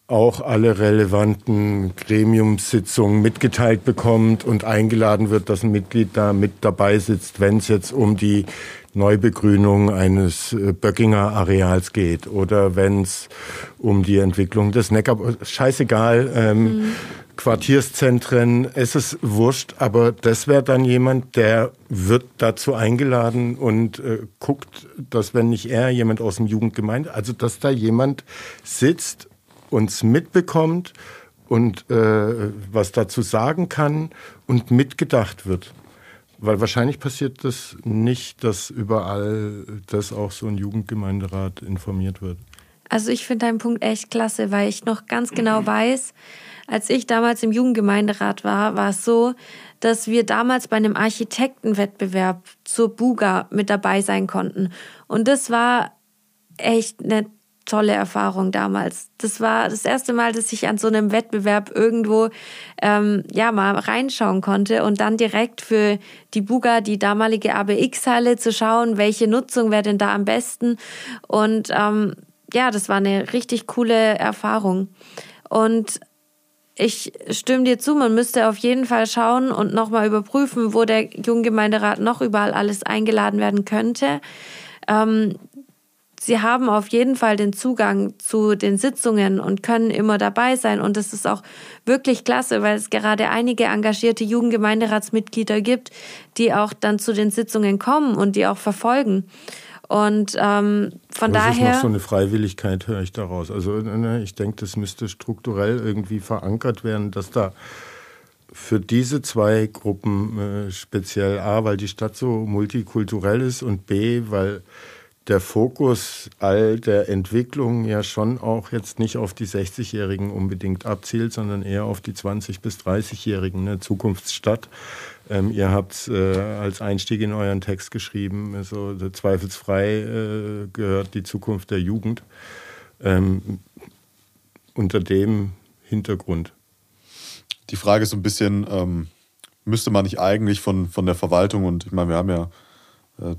auch alle relevanten Gremiumssitzungen mitgeteilt bekommt und eingeladen wird, dass ein Mitglied da mit dabei sitzt, wenn es jetzt um die Neubegrünung eines Böckinger Areals geht oder wenn es um die Entwicklung des Neckar, scheißegal, ähm, mhm. Quartierszentren, es ist wurscht, aber das wäre dann jemand, der wird dazu eingeladen und äh, guckt, dass wenn nicht er, jemand aus dem Jugendgemeinde, also dass da jemand sitzt, uns mitbekommt und äh, was dazu sagen kann und mitgedacht wird. Weil wahrscheinlich passiert das nicht, dass überall das auch so ein Jugendgemeinderat informiert wird. Also ich finde deinen Punkt echt klasse, weil ich noch ganz genau weiß, als ich damals im Jugendgemeinderat war, war es so, dass wir damals bei einem Architektenwettbewerb zur Buga mit dabei sein konnten. Und das war echt eine tolle Erfahrung damals. Das war das erste Mal, dass ich an so einem Wettbewerb irgendwo ähm, ja mal reinschauen konnte und dann direkt für die Buga, die damalige A B X-Halle, zu schauen, welche Nutzung wäre denn da am besten. Und ähm, ja, das war eine richtig coole Erfahrung. Und ich stimme dir zu, man müsste auf jeden Fall schauen und nochmal überprüfen, wo der Jugendgemeinderat noch überall alles eingeladen werden könnte. Ähm, Sie haben auf jeden Fall den Zugang zu den Sitzungen und können immer dabei sein. Und das ist auch wirklich klasse, weil es gerade einige engagierte Jugendgemeinderatsmitglieder gibt, die auch dann zu den Sitzungen kommen und die auch verfolgen. Und ähm, von Aber daher... Es ist noch so eine Freiwilligkeit, höre ich daraus. Also ich denke, das müsste strukturell irgendwie verankert werden, dass da für diese zwei Gruppen äh, speziell A, weil die Stadt so multikulturell ist und B, weil der Fokus all der Entwicklung ja schon auch jetzt nicht auf die sechzigjährigen unbedingt abzielt, sondern eher auf die zwanzig- bis dreißigjährigen, ne, Zukunftsstadt. Ähm, ihr habt äh, als Einstieg in euren Text geschrieben, also zweifelsfrei äh, gehört die Zukunft der Jugend. Ähm, unter dem Hintergrund. Die Frage ist so ein bisschen, ähm, müsste man nicht eigentlich von, von der Verwaltung, und ich meine, wir haben ja, äh,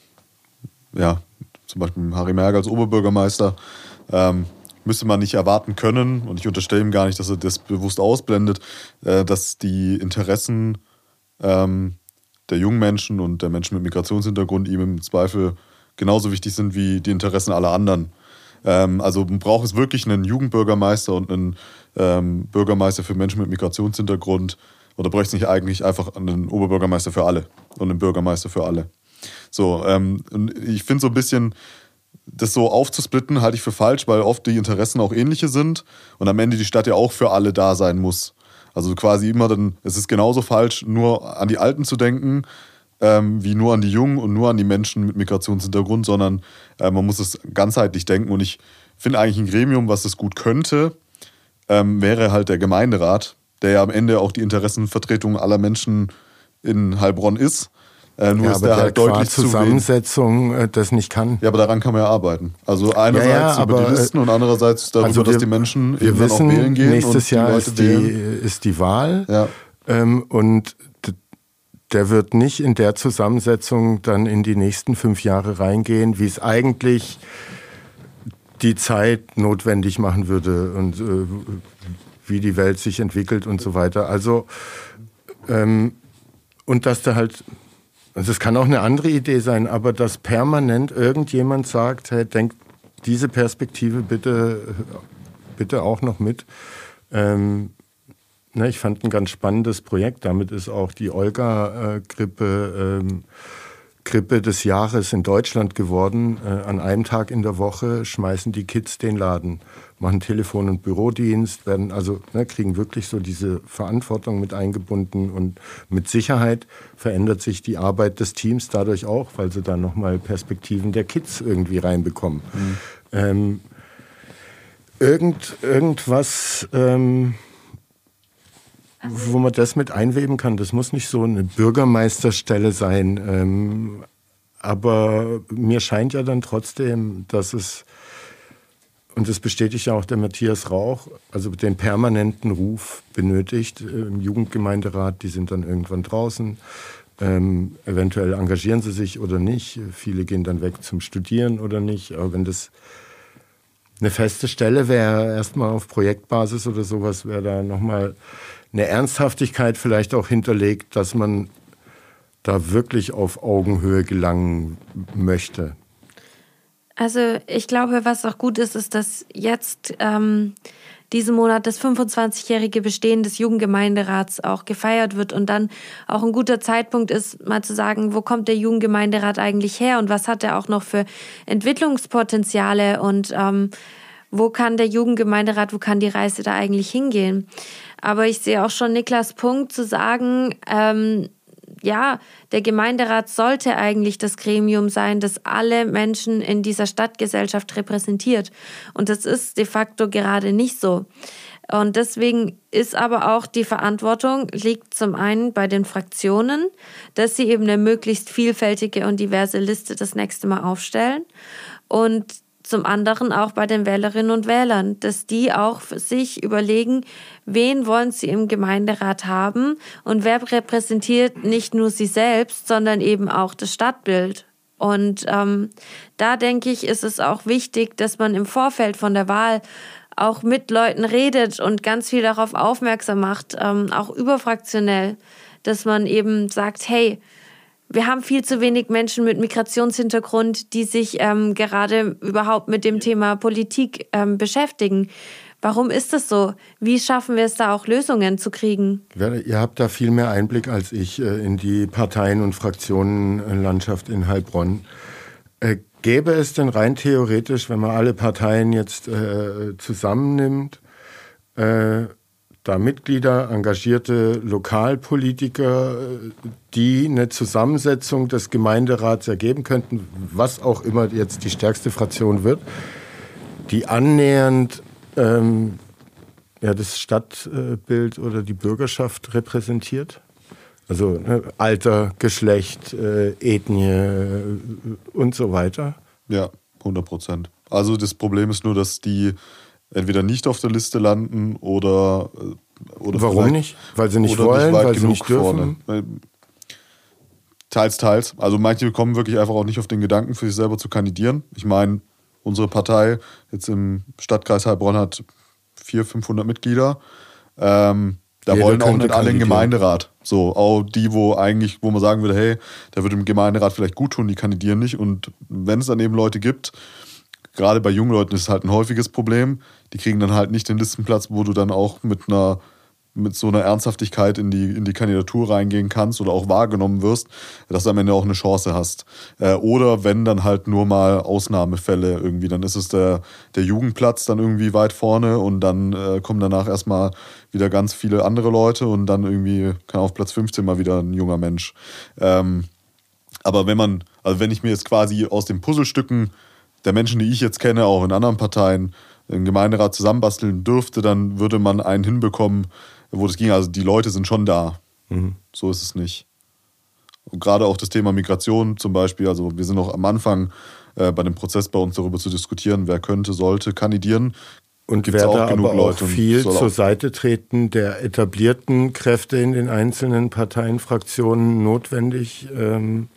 ja zum Beispiel Harry Merger als Oberbürgermeister, ähm, müsste man nicht erwarten können, und ich unterstelle ihm gar nicht, dass er das bewusst ausblendet, äh, dass die Interessen ähm, der jungen Menschen und der Menschen mit Migrationshintergrund ihm im Zweifel genauso wichtig sind wie die Interessen aller anderen. Ähm, also braucht es wirklich einen Jugendbürgermeister und einen ähm, Bürgermeister für Menschen mit Migrationshintergrund, oder bräuchte es nicht eigentlich einfach einen Oberbürgermeister für alle und einen Bürgermeister für alle? So, ähm, ich finde so ein bisschen, das so aufzusplitten, halte ich für falsch, weil oft die Interessen auch ähnliche sind und am Ende die Stadt ja auch für alle da sein muss. Also quasi immer dann, es ist genauso falsch, nur an die Alten zu denken, ähm, wie nur an die Jungen und nur an die Menschen mit Migrationshintergrund, sondern äh, man muss es ganzheitlich denken. Und ich finde eigentlich ein Gremium, was es gut könnte, ähm, wäre halt der Gemeinderat, der ja am Ende auch die Interessenvertretung aller Menschen in Heilbronn ist. Äh, nur ja, ist aber der der halt deutlich zu Zusammensetzung äh, das nicht kann. Ja, aber daran kann man ja arbeiten. Also einerseits ja, ja, über aber, die Listen und andererseits darüber, also wir, dass die Menschen wir eben wissen, dann auch wählen gehen. Nächstes und die Jahr Leute ist, die, wählen. ist die Wahl Ja. ähm, und d- der wird nicht in der Zusammensetzung dann in die nächsten fünf Jahre reingehen, wie es eigentlich die Zeit notwendig machen würde und äh, wie die Welt sich entwickelt und so weiter. Also ähm, und dass da halt, also es kann auch eine andere Idee sein, aber dass permanent irgendjemand sagt, hey, denkt diese Perspektive bitte, bitte auch noch mit. Ähm, ne, ich fand ein ganz spannendes Projekt. Damit ist auch die Olga-Grippe ähm, Grippe des Jahres in Deutschland geworden. Äh, an einem Tag in der Woche schmeißen die Kids den Laden, machen Telefon- und Bürodienst, werden also ne, kriegen wirklich so diese Verantwortung mit eingebunden und mit Sicherheit verändert sich die Arbeit des Teams dadurch auch, weil sie dann nochmal Perspektiven der Kids irgendwie reinbekommen. Mhm. Ähm, irgend, irgendwas, ähm, wo man das mit einweben kann. Das muss nicht so eine Bürgermeisterstelle sein. Ähm, aber mir scheint ja dann trotzdem, dass es, und das bestätigt ja auch der Matthias Rauch, also den permanenten Ruf benötigt im Jugendgemeinderat. Die sind dann irgendwann draußen. Ähm, eventuell engagieren sie sich oder nicht. Viele gehen dann weg zum Studieren oder nicht. Aber wenn das Eine feste Stelle wäre erstmal auf Projektbasis oder sowas, wäre da nochmal eine Ernsthaftigkeit vielleicht auch hinterlegt, dass man da wirklich auf Augenhöhe gelangen möchte. Also ich glaube, was auch gut ist, ist, dass jetzt ähm, diesen Monat das fünfundzwanzigjährige Bestehen des Jugendgemeinderats auch gefeiert wird und dann auch ein guter Zeitpunkt ist, mal zu sagen, wo kommt der Jugendgemeinderat eigentlich her und was hat er auch noch für Entwicklungspotenziale und ähm, wo kann der Jugendgemeinderat, wo kann die Reise da eigentlich hingehen? Aber ich sehe auch schon Niklas Punkt zu sagen, ähm, ja, der Gemeinderat sollte eigentlich das Gremium sein, das alle Menschen in dieser Stadtgesellschaft repräsentiert. Und das ist de facto gerade nicht so. Und deswegen ist aber auch die Verantwortung, liegt zum einen bei den Fraktionen, dass sie eben eine möglichst vielfältige und diverse Liste das nächste Mal aufstellen. Und zum anderen auch bei den Wählerinnen und Wählern, dass die auch für sich überlegen, wen wollen sie im Gemeinderat haben und wer repräsentiert nicht nur sie selbst, sondern eben auch das Stadtbild. Und ähm, da denke ich, ist es auch wichtig, dass man im Vorfeld von der Wahl auch mit Leuten redet und ganz viel darauf aufmerksam macht, ähm, auch überfraktionell, dass man eben sagt, hey, wir haben viel zu wenig Menschen mit Migrationshintergrund, die sich ähm, gerade überhaupt mit dem Thema Politik ähm, beschäftigen. Warum ist das so? Wie schaffen wir es da auch Lösungen zu kriegen? Ihr habt da viel mehr Einblick als ich äh, in die Parteien- und Fraktionenlandschaft in Heilbronn. Äh, gäbe es denn rein theoretisch, wenn man alle Parteien jetzt äh, zusammennimmt, äh, da Mitglieder, engagierte Lokalpolitiker, die eine Zusammensetzung des Gemeinderats ergeben könnten, was auch immer jetzt die stärkste Fraktion wird, die annähernd ähm, ja, das Stadtbild oder die Bürgerschaft repräsentiert? Also ne, Alter, Geschlecht, äh, Ethnie äh, und so weiter? Ja, hundert Prozent. Also das Problem ist nur, dass die entweder nicht auf der Liste landen oder... oder warum nicht? Weil sie nicht wollen, nicht weil sie nicht dürfen? Vorne. Teils, teils. Also manche kommen wirklich einfach auch nicht auf den Gedanken, für sich selber zu kandidieren. Ich meine, unsere Partei jetzt im Stadtkreis Heilbronn hat vierhundert, fünfhundert Mitglieder. Ähm, da Jeder wollen auch nicht alle einen Gemeinderat. So, auch die, wo eigentlich, wo man sagen würde, hey, der würde im Gemeinderat vielleicht gut tun, die kandidieren nicht. Und wenn es dann eben Leute gibt, gerade bei jungen Leuten ist es halt ein häufiges Problem. Die kriegen dann halt nicht den Listenplatz, wo du dann auch mit einer mit so einer Ernsthaftigkeit in die, in die Kandidatur reingehen kannst oder auch wahrgenommen wirst, dass du am Ende auch eine Chance hast. Äh, oder wenn dann halt nur mal Ausnahmefälle irgendwie, dann ist es der, der Jugendplatz dann irgendwie weit vorne und dann äh, kommen danach erstmal wieder ganz viele andere Leute und dann irgendwie kann auf Platz fünfzehn mal wieder ein junger Mensch. Ähm, aber wenn man, also wenn ich mir jetzt quasi aus den Puzzlestücken der Menschen, die ich jetzt kenne, auch in anderen Parteien, einen Gemeinderat zusammenbasteln dürfte, dann würde man einen hinbekommen, wo das ging. Also die Leute sind schon da. Mhm. So ist es nicht. Und gerade auch das Thema Migration zum Beispiel, also wir sind noch am Anfang äh, bei dem Prozess bei uns darüber zu diskutieren, wer könnte, sollte kandidieren. Und Gibt's werde auch aber auch viel zur auch Seite treten der etablierten Kräfte in den einzelnen Parteienfraktionen notwendig. Ähm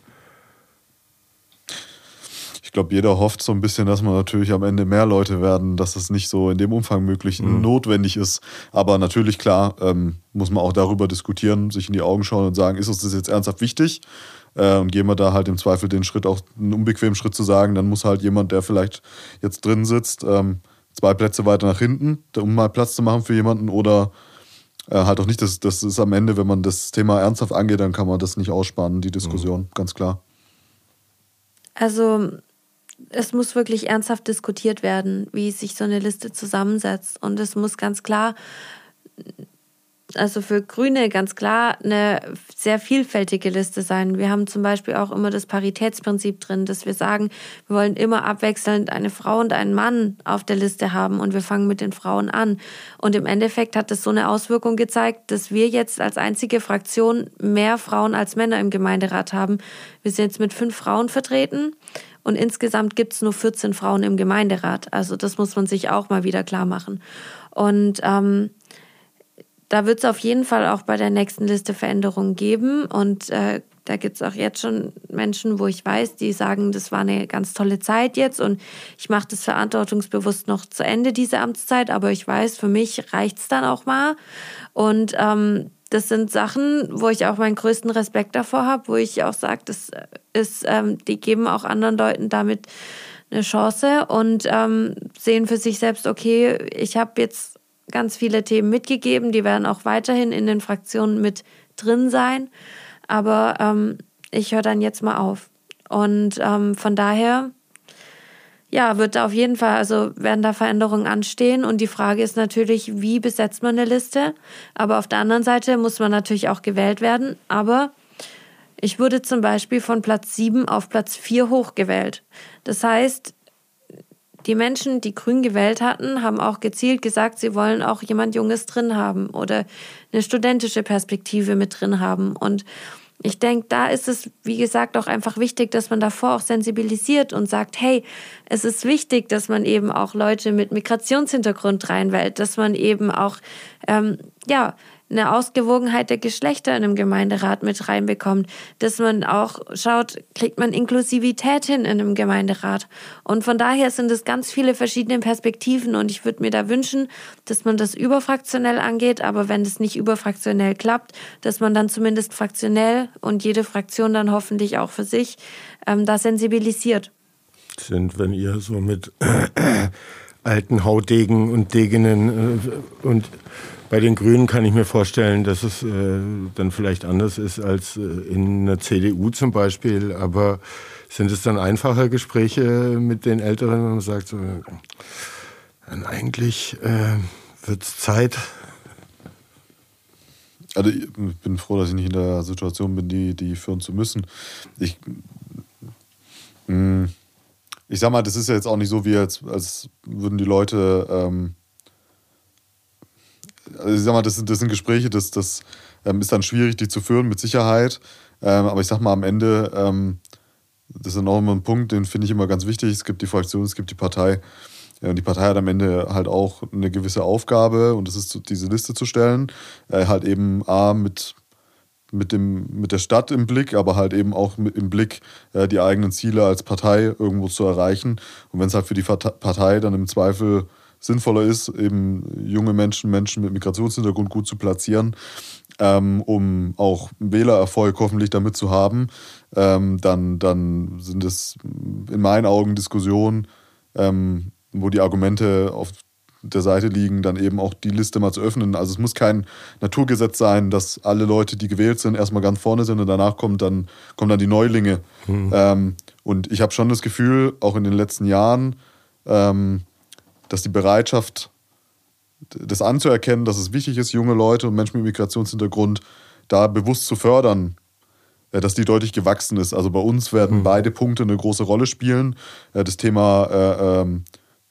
Ich glaube, jeder hofft so ein bisschen, dass man natürlich am Ende mehr Leute werden, dass das nicht so in dem Umfang möglich mhm. notwendig ist. Aber natürlich, klar, ähm, muss man auch darüber diskutieren, sich in die Augen schauen und sagen, ist uns das jetzt ernsthaft wichtig? Äh, und gehen wir da halt im Zweifel den Schritt, auch einen unbequemen Schritt zu sagen, dann muss halt jemand, der vielleicht jetzt drin sitzt, ähm, zwei Plätze weiter nach hinten, um mal Platz zu machen für jemanden oder äh, halt auch nicht. Das, das ist am Ende, wenn man das Thema ernsthaft angeht, dann kann man das nicht aussparen, die Diskussion, mhm. ganz klar. Also es muss wirklich ernsthaft diskutiert werden, wie sich so eine Liste zusammensetzt. Und es muss ganz klar, also für Grüne ganz klar, eine sehr vielfältige Liste sein. Wir haben zum Beispiel auch immer das Paritätsprinzip drin, dass wir sagen, wir wollen immer abwechselnd eine Frau und einen Mann auf der Liste haben und wir fangen mit den Frauen an. Und im Endeffekt hat das so eine Auswirkung gezeigt, dass wir jetzt als einzige Fraktion mehr Frauen als Männer im Gemeinderat haben. Wir sind jetzt mit fünf Frauen vertreten. Und insgesamt gibt es nur vierzehn Frauen im Gemeinderat. Also das muss man sich auch mal wieder klar machen. Und ähm, da wird es auf jeden Fall auch bei der nächsten Liste Veränderungen geben. Und äh, da gibt es auch jetzt schon Menschen, wo ich weiß, die sagen, das war eine ganz tolle Zeit jetzt und ich mache das verantwortungsbewusst noch zu Ende, diese Amtszeit, aber ich weiß, für mich reicht es dann auch mal. Und ähm, das sind Sachen, wo ich auch meinen größten Respekt davor habe, wo ich auch sage, das ist, ähm, die geben auch anderen Leuten damit eine Chance und ähm, sehen für sich selbst, okay, ich habe jetzt ganz viele Themen mitgegeben, die werden auch weiterhin in den Fraktionen mit drin sein. Aber ähm, ich höre dann jetzt mal auf. Und ähm, von daher, ja, wird da auf jeden Fall, also werden da Veränderungen anstehen. Und die Frage ist natürlich, wie besetzt man eine Liste? Aber auf der anderen Seite muss man natürlich auch gewählt werden. Aber ich wurde zum Beispiel von Platz sieben auf Platz vier hochgewählt. Das heißt, die Menschen, die Grün gewählt hatten, haben auch gezielt gesagt, sie wollen auch jemand Junges drin haben oder eine studentische Perspektive mit drin haben. Und ich denke, da ist es, wie gesagt, auch einfach wichtig, dass man davor auch sensibilisiert und sagt, hey, es ist wichtig, dass man eben auch Leute mit Migrationshintergrund reinwählt, dass man eben auch, ähm, ja, eine Ausgewogenheit der Geschlechter in einem Gemeinderat mit reinbekommt, dass man auch schaut, kriegt man Inklusivität hin in einem Gemeinderat. Und von daher sind es ganz viele verschiedene Perspektiven und ich würde mir da wünschen, dass man das überfraktionell angeht, aber wenn das nicht überfraktionell klappt, dass man dann zumindest fraktionell und jede Fraktion dann hoffentlich auch für sich ähm, da sensibilisiert. Sind, wenn ihr so mit äh, alten Haudegen und Deginnen äh, und bei den Grünen kann ich mir vorstellen, dass es äh, dann vielleicht anders ist als äh, in einer C D U zum Beispiel. Aber sind es dann einfache Gespräche mit den Älteren, wenn man sagt, so, dann eigentlich äh, wird es Zeit? Also ich bin froh, dass ich nicht in der Situation bin, die, die führen zu müssen. Ich, mh, ich sag mal, das ist ja jetzt auch nicht so, wie als, als würden die Leute... Ähm, Also ich sag mal, das sind, das sind Gespräche, das, das ähm, ist dann schwierig, die zu führen, mit Sicherheit. Ähm, aber ich sag mal, am Ende, ähm, das ist dann auch immer ein Punkt, den finde ich immer ganz wichtig. Es gibt die Fraktion, es gibt die Partei. Ja, und die Partei hat am Ende halt auch eine gewisse Aufgabe und das ist, diese Liste zu stellen. Äh, halt eben A, mit, mit, dem, mit der Stadt im Blick, aber halt eben auch mit, im Blick, äh, die eigenen Ziele als Partei irgendwo zu erreichen. Und wenn es halt für die Partei dann im Zweifel sinnvoller ist, eben junge Menschen, Menschen mit Migrationshintergrund gut zu platzieren, ähm, um auch Wählererfolg hoffentlich damit zu haben, ähm, dann, dann sind es in meinen Augen Diskussionen, ähm, wo die Argumente auf der Seite liegen, dann eben auch die Liste mal zu öffnen. Also es muss kein Naturgesetz sein, dass alle Leute, die gewählt sind, erstmal ganz vorne sind und danach kommt dann, kommen dann die Neulinge. Mhm. Ähm, und ich habe schon das Gefühl, auch in den letzten Jahren, ähm, dass die Bereitschaft, das anzuerkennen, dass es wichtig ist, junge Leute und Menschen mit Migrationshintergrund da bewusst zu fördern, dass die deutlich gewachsen ist. Also bei uns werden mhm. beide Punkte eine große Rolle spielen. Das Thema äh, ähm,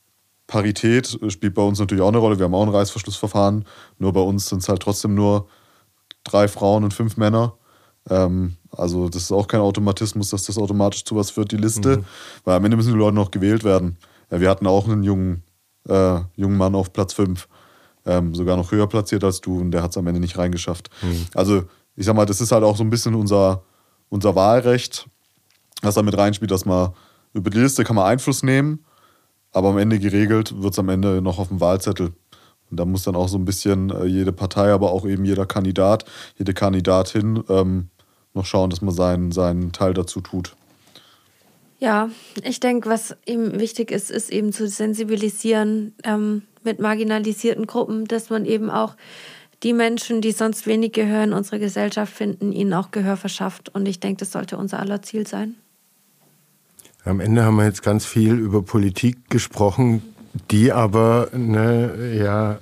Parität spielt bei uns natürlich auch eine Rolle. Wir haben auch ein Reißverschlussverfahren. Nur bei uns sind es halt trotzdem nur drei Frauen und fünf Männer. Ähm, also das ist auch kein Automatismus, dass das automatisch zu was führt, die Liste. Mhm. Weil am Ende müssen die Leute noch gewählt werden. Ja, wir hatten auch einen jungen Äh, jungen Mann auf Platz fünf, ähm, sogar noch höher platziert als du und der hat es am Ende nicht reingeschafft. Mhm. Also ich sag mal, das ist halt auch so ein bisschen unser, unser Wahlrecht, was damit reinspielt, dass man über die Liste kann man Einfluss nehmen, aber am Ende geregelt wird es am Ende noch auf dem Wahlzettel. Und da muss dann auch so ein bisschen äh, jede Partei, aber auch eben jeder Kandidat, jede Kandidatin ähm, noch schauen, dass man seinen, seinen Teil dazu tut. Ja, ich denke, was eben wichtig ist, ist eben zu sensibilisieren ähm, mit marginalisierten Gruppen, dass man eben auch die Menschen, die sonst wenig Gehör in unserer Gesellschaft finden, ihnen auch Gehör verschafft. Und ich denke, das sollte unser aller Ziel sein. Am Ende haben wir jetzt ganz viel über Politik gesprochen, die aber ne, ja,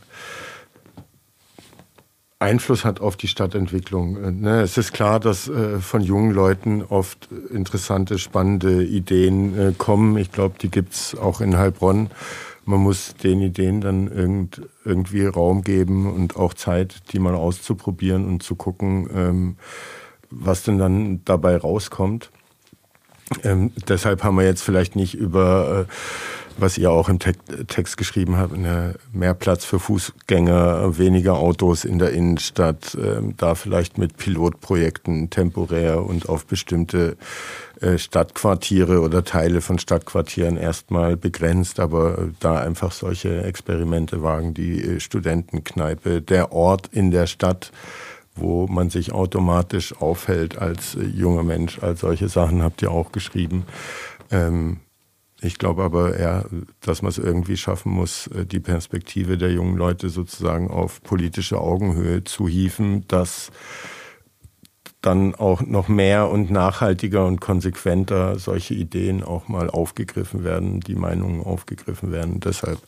Einfluss hat auf die Stadtentwicklung. Ne, es ist klar, dass äh, von jungen Leuten oft interessante, spannende Ideen äh, kommen. Ich glaube, die gibt's auch in Heilbronn. Man muss den Ideen dann irgend, irgendwie Raum geben und auch Zeit, die mal auszuprobieren und zu gucken, ähm, was denn dann dabei rauskommt. Ähm, deshalb haben wir jetzt vielleicht nicht über was ihr auch im Te- Text geschrieben habt, eine, mehr Platz für Fußgänger, weniger Autos in der Innenstadt, äh, da vielleicht mit Pilotprojekten temporär und auf bestimmte äh, Stadtquartiere oder Teile von Stadtquartieren erstmal begrenzt, aber da einfach solche Experimente wagen, die äh, Studentenkneipe, der Ort in der Stadt, wo man sich automatisch aufhält als äh, junger Mensch, all solche Sachen habt ihr auch geschrieben. Ähm, Ich glaube aber eher, dass man es irgendwie schaffen muss, die Perspektive der jungen Leute sozusagen auf politische Augenhöhe zu hieven, dass dann auch noch mehr und nachhaltiger und konsequenter solche Ideen auch mal aufgegriffen werden, die Meinungen aufgegriffen werden. Deshalb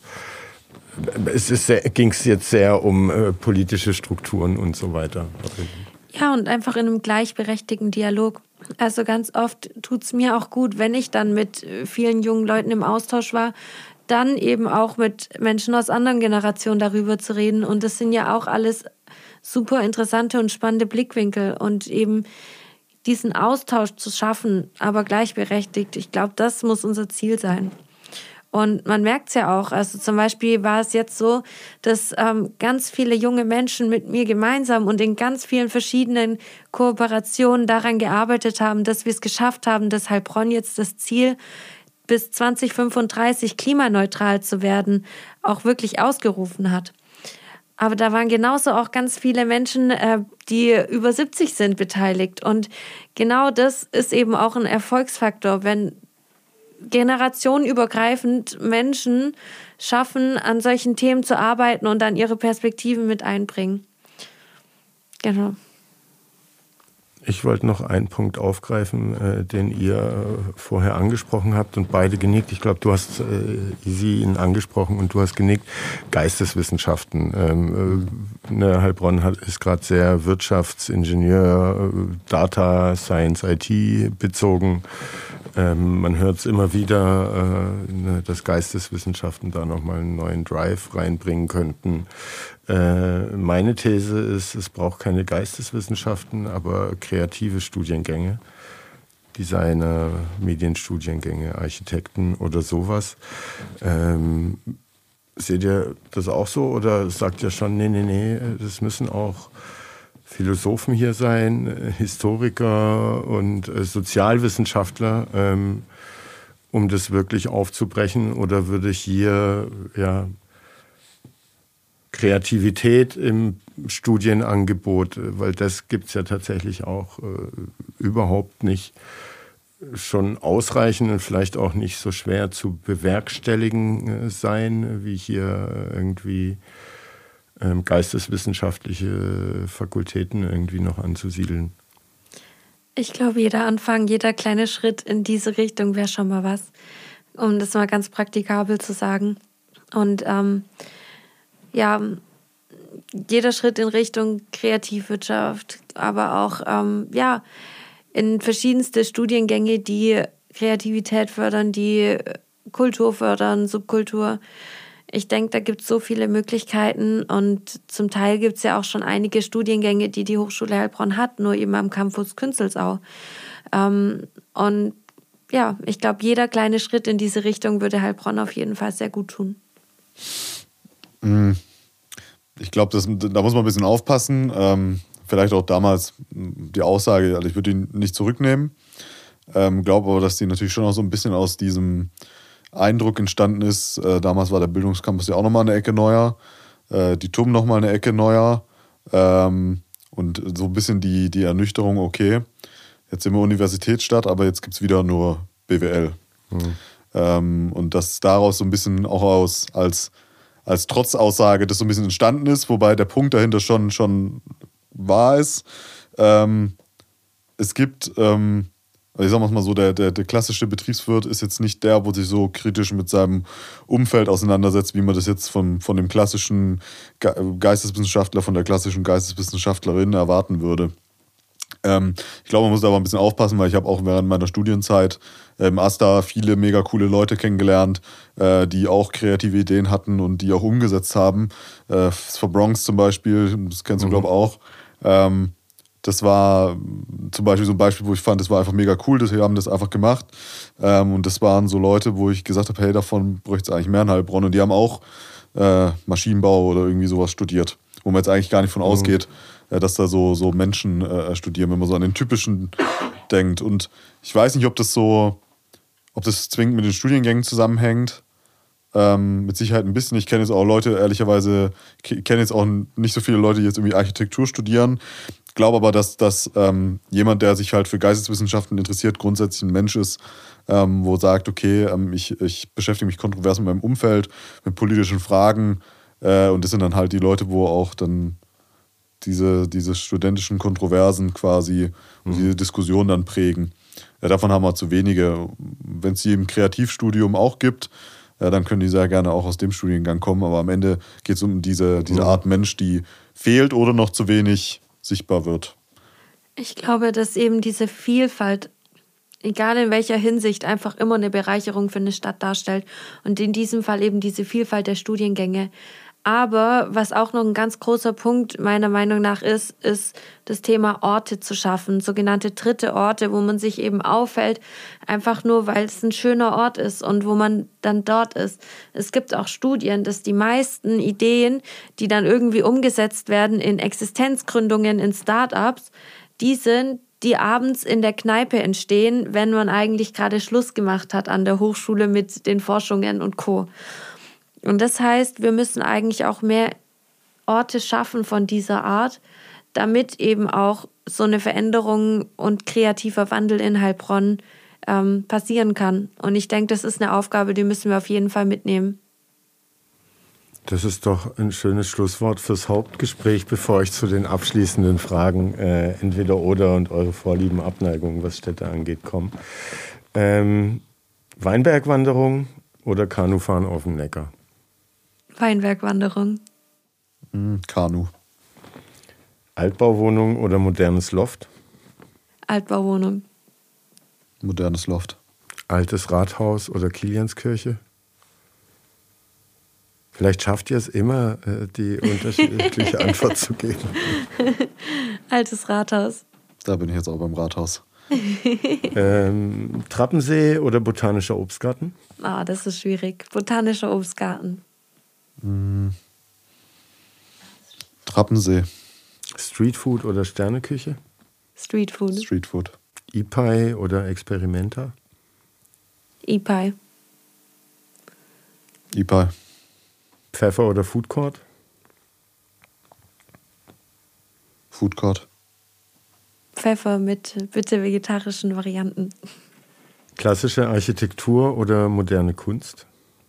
es ging es jetzt sehr um äh, politische Strukturen und so weiter. Ja, und einfach in einem gleichberechtigten Dialog. Also ganz oft tut es mir auch gut, wenn ich dann mit vielen jungen Leuten im Austausch war, dann eben auch mit Menschen aus anderen Generationen darüber zu reden. Und das sind ja auch alles super interessante und spannende Blickwinkel. Und eben diesen Austausch zu schaffen, aber gleichberechtigt, ich glaube, das muss unser Ziel sein. Und man merkt es ja auch, also zum Beispiel war es jetzt so, dass ähm, ganz viele junge Menschen mit mir gemeinsam und in ganz vielen verschiedenen Kooperationen daran gearbeitet haben, dass wir es geschafft haben, dass Heilbronn jetzt das Ziel, bis zwanzig fünfunddreißig klimaneutral zu werden, auch wirklich ausgerufen hat. Aber da waren genauso auch ganz viele Menschen, äh, die über siebzig sind, beteiligt. Und genau das ist eben auch ein Erfolgsfaktor, wenn generationenübergreifend Menschen schaffen, an solchen Themen zu arbeiten und dann ihre Perspektiven mit einbringen. Genau. Ich wollte noch einen Punkt aufgreifen, äh, den ihr äh, vorher angesprochen habt und beide genickt. Ich glaube, du hast äh, sie ihn angesprochen und du hast genickt. Geisteswissenschaften. Ähm, äh, ne, Heilbronn hat, ist gerade sehr Wirtschaftsingenieur, äh, Data Science, I T bezogen. Ähm, man hört es immer wieder, äh, ne, dass Geisteswissenschaften da nochmal einen neuen Drive reinbringen könnten. Äh, meine These ist, es braucht keine Geisteswissenschaften, aber kreative Studiengänge, Designer, Medienstudiengänge, Architekten oder sowas. Ähm, seht ihr das auch so oder sagt ihr schon, nee, nee, nee, das müssen auch Philosophen hier sein, Historiker und äh, Sozialwissenschaftler, ähm, um das wirklich aufzubrechen? Oder würde hier ja, Kreativität im Studienangebot, weil das gibt es ja tatsächlich auch äh, überhaupt nicht, schon ausreichend und vielleicht auch nicht so schwer zu bewerkstelligen äh, sein, wie hier irgendwie geisteswissenschaftliche Fakultäten irgendwie noch anzusiedeln? Ich glaube, jeder Anfang, jeder kleine Schritt in diese Richtung wäre schon mal was, um das mal ganz praktikabel zu sagen. Und ähm, ja, jeder Schritt in Richtung Kreativwirtschaft, aber auch ähm, ja, in verschiedenste Studiengänge, die Kreativität fördern, die Kultur fördern, Subkultur. Ich denke, da gibt es so viele Möglichkeiten und zum Teil gibt es ja auch schon einige Studiengänge, die die Hochschule Heilbronn hat, nur eben am Campus Künzelsau. Ähm, und ja, ich glaube, jeder kleine Schritt in diese Richtung würde Heilbronn auf jeden Fall sehr gut tun. Ich glaube, da muss man ein bisschen aufpassen. Ähm, vielleicht auch damals die Aussage, also ich würde ihn nicht zurücknehmen. Ähm, glaube aber, dass die natürlich schon auch so ein bisschen aus diesem Eindruck entstanden ist. Äh, damals war der Bildungscampus ja auch nochmal eine Ecke neuer, äh, die T U M nochmal eine Ecke neuer ähm, und so ein bisschen die, die Ernüchterung, okay, jetzt sind wir Universitätsstadt, aber jetzt gibt es wieder nur B W L. Mhm. Ähm, und dass daraus so ein bisschen auch aus, als, als Trotzaussage das so ein bisschen entstanden ist, wobei der Punkt dahinter schon, schon wahr ist. Ähm, es gibt ähm, Also ich sag mal so, der, der, der klassische Betriebswirt ist jetzt nicht der, wo sich so kritisch mit seinem Umfeld auseinandersetzt, wie man das jetzt von, von dem klassischen Geisteswissenschaftler, von der klassischen Geisteswissenschaftlerin erwarten würde. Ähm, ich glaube, man muss da aber ein bisschen aufpassen, weil ich habe auch während meiner Studienzeit im AStA viele mega coole Leute kennengelernt, äh, die auch kreative Ideen hatten und die auch umgesetzt haben. Äh, für Bronx zum Beispiel, das kennst du, mhm. glaube ich, auch. Ähm, das war zum Beispiel so ein Beispiel, wo ich fand, das war einfach mega cool, dass wir haben das einfach gemacht. Ähm, und das waren so Leute, wo ich gesagt habe, hey, davon bräuchte es eigentlich mehr in Heilbronn. Und die haben auch äh, Maschinenbau oder irgendwie sowas studiert, wo man jetzt eigentlich gar nicht von ausgeht, äh, dass da so, so Menschen äh, studieren, wenn man so an den typischen denkt. Und ich weiß nicht, ob das so, ob das zwingend mit den Studiengängen zusammenhängt. Ähm, mit Sicherheit ein bisschen. Ich kenne jetzt auch Leute, ehrlicherweise, ich kenne jetzt auch nicht so viele Leute, die jetzt irgendwie Architektur studieren. Ich glaube aber, dass, dass ähm, jemand, der sich halt für Geisteswissenschaften interessiert, grundsätzlich ein Mensch ist, ähm, wo sagt, okay, ähm, ich, ich beschäftige mich kontrovers mit meinem Umfeld, mit politischen Fragen. Äh, und das sind dann halt die Leute, wo auch dann diese, diese studentischen Kontroversen quasi, mhm. diese Diskussion dann prägen. Ja, davon haben wir zu wenige. Wenn es die im Kreativstudium auch gibt, ja, dann können die sehr gerne auch aus dem Studiengang kommen. Aber am Ende geht es um diese, diese Art Mensch, die fehlt oder noch zu wenig sichtbar wird. Ich glaube, dass eben diese Vielfalt, egal in welcher Hinsicht, einfach immer eine Bereicherung für eine Stadt darstellt. Und in diesem Fall eben diese Vielfalt der Studiengänge. Aber was auch noch ein ganz großer Punkt meiner Meinung nach ist, ist das Thema Orte zu schaffen, sogenannte dritte Orte, wo man sich eben aufhält, einfach nur, weil es ein schöner Ort ist und wo man dann dort ist. Es gibt auch Studien, dass die meisten Ideen, die dann irgendwie umgesetzt werden in Existenzgründungen, in Start-ups, die sind, die abends in der Kneipe entstehen, wenn man eigentlich gerade Schluss gemacht hat an der Hochschule mit den Forschungen und Co. Und das heißt, wir müssen eigentlich auch mehr Orte schaffen von dieser Art, damit eben auch so eine Veränderung und kreativer Wandel in Heilbronn ähm, passieren kann. Und ich denke, das ist eine Aufgabe, die müssen wir auf jeden Fall mitnehmen. Das ist doch ein schönes Schlusswort fürs Hauptgespräch, bevor ich zu den abschließenden Fragen äh, entweder oder und eure Vorlieben, Abneigungen, was Städte angeht, kommen. Ähm, Weinbergwanderung oder Kanufahren auf dem Neckar? Weinbergwanderung. Mm, Kanu. Altbauwohnung oder modernes Loft? Altbauwohnung. Modernes Loft. Altes Rathaus oder Kilianskirche? Vielleicht schafft ihr es immer, die unterschiedliche Antwort zu geben. Altes Rathaus. Da bin ich jetzt auch beim Rathaus. ähm, Trappensee oder botanischer Obstgarten? Ah, das ist schwierig. Botanischer Obstgarten. Hm. Trappensee. Streetfood oder Sterneküche? Streetfood. Streetfood. E-Pie oder Experimenta? E-Pie. E-Pie. Pfeffer oder Food Court? Food Court. Pfeffer mit bitte vegetarischen Varianten. Klassische Architektur oder moderne Kunst?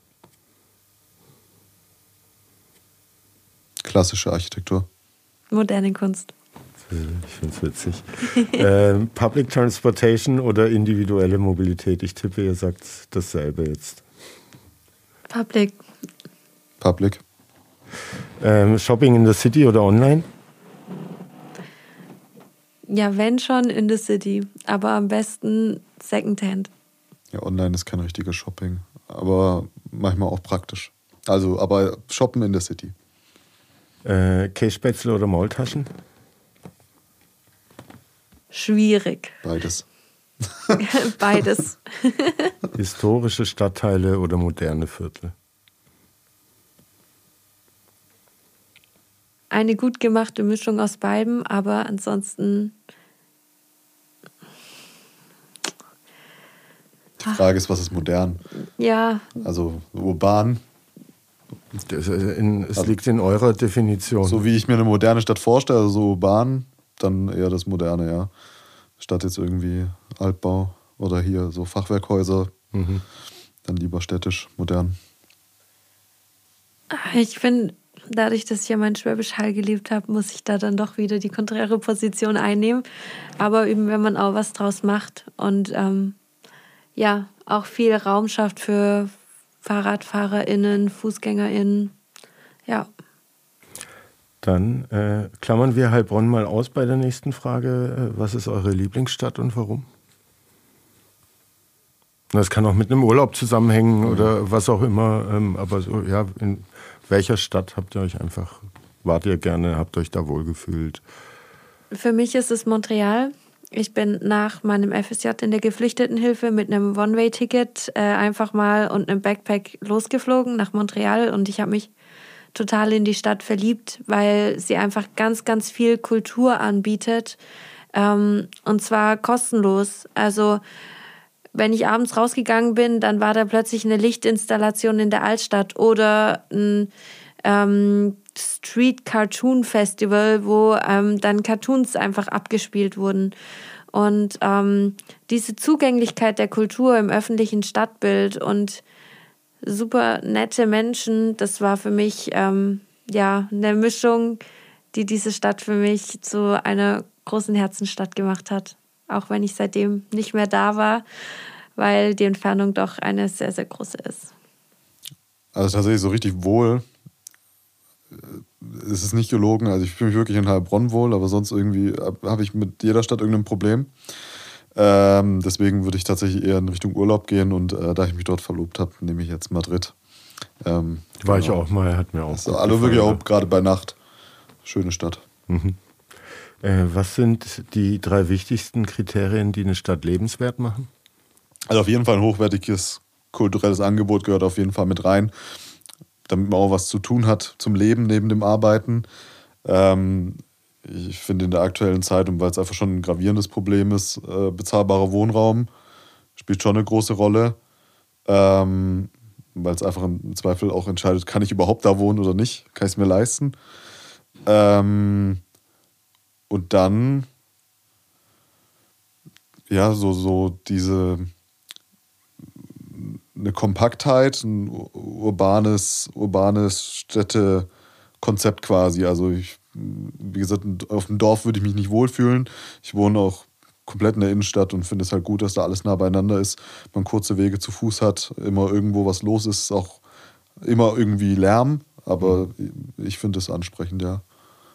Klassische Architektur. Moderne Kunst. Ich finde es witzig. ähm, Public Transportation oder individuelle Mobilität? Ich tippe, ihr sagt dasselbe jetzt. Public. Public. Ähm, Shopping in the City oder online? Ja, wenn schon in the City, aber am besten Secondhand. Ja, online ist kein richtiges Shopping, aber manchmal auch praktisch. Also, aber shoppen in the City. Äh, Kässpätzle oder Maultaschen? Schwierig. Beides. Beides. Historische Stadtteile oder moderne Viertel? Eine gut gemachte Mischung aus beidem, aber ansonsten... Die Frage ist, was ist modern? Ja. Also urban. Das in, es liegt in eurer Definition. So wie ich mir eine moderne Stadt vorstelle, also so urban, dann eher das Moderne, ja. Statt jetzt irgendwie Altbau oder hier so Fachwerkhäuser, mhm. Dann lieber städtisch, modern. Ich finde, dadurch, dass ich ja mein Schwäbisch Hall gelebt habe, muss ich da dann doch wieder die konträre Position einnehmen. Aber eben, wenn man auch was draus macht und ähm, ja, auch viel Raum schafft für FahrradfahrerInnen, FußgängerInnen, ja. Dann äh, klammern wir Heilbronn mal aus bei der nächsten Frage. Was ist eure Lieblingsstadt und warum? Das kann auch mit einem Urlaub zusammenhängen mhm. oder was auch immer. Ähm, aber so, ja, in welcher Stadt habt ihr euch einfach, wart ihr gerne, habt euch da wohlgefühlt? Für mich ist es Montreal. Ich bin nach meinem F S J in der Geflüchtetenhilfe mit einem One-Way-Ticket äh, einfach mal und einem Backpack losgeflogen nach Montreal und ich habe mich total in die Stadt verliebt, weil sie einfach ganz, ganz viel Kultur anbietet ähm, und zwar kostenlos. Also wenn ich abends rausgegangen bin, dann war da plötzlich eine Lichtinstallation in der Altstadt oder ein ähm, Street Cartoon Festival, wo ähm, dann Cartoons einfach abgespielt wurden. Und ähm, diese Zugänglichkeit der Kultur im öffentlichen Stadtbild und super nette Menschen, das war für mich ähm, ja eine Mischung, die diese Stadt für mich zu einer großen Herzensstadt gemacht hat. Auch wenn ich seitdem nicht mehr da war, weil die Entfernung doch eine sehr, sehr große ist. Also tatsächlich so richtig wohl. Es ist nicht gelogen, also ich fühle mich wirklich in Heilbronn wohl, aber sonst irgendwie habe ich mit jeder Stadt irgendein Problem. Ähm, deswegen würde ich tatsächlich eher in Richtung Urlaub gehen und äh, da ich mich dort verlobt habe, nehme ich jetzt Madrid. Ähm, War genau. ich auch mal, hat mir auch also, also wirklich auch gerade bei Nacht. Schöne Stadt. Mhm. Äh, was sind die drei wichtigsten Kriterien, die eine Stadt lebenswert machen? Also auf jeden Fall ein hochwertiges kulturelles Angebot gehört auf jeden Fall mit rein, damit man auch was zu tun hat zum Leben neben dem Arbeiten. Ähm, ich finde in der aktuellen Zeit, und weil es einfach schon ein gravierendes Problem ist, äh, bezahlbarer Wohnraum spielt schon eine große Rolle, ähm, weil es einfach im Zweifel auch entscheidet, kann ich überhaupt da wohnen oder nicht, kann ich es mir leisten. Ähm, und dann ja, so, so diese eine Kompaktheit, ein urbanes, urbanes Städtekonzept quasi. Also ich, wie gesagt, auf dem Dorf würde ich mich nicht wohlfühlen. Ich wohne auch komplett in der Innenstadt und finde es halt gut, dass da alles nah beieinander ist. Man kurze Wege zu Fuß hat, immer irgendwo was los ist, auch immer irgendwie Lärm, aber ich finde es ansprechend, ja.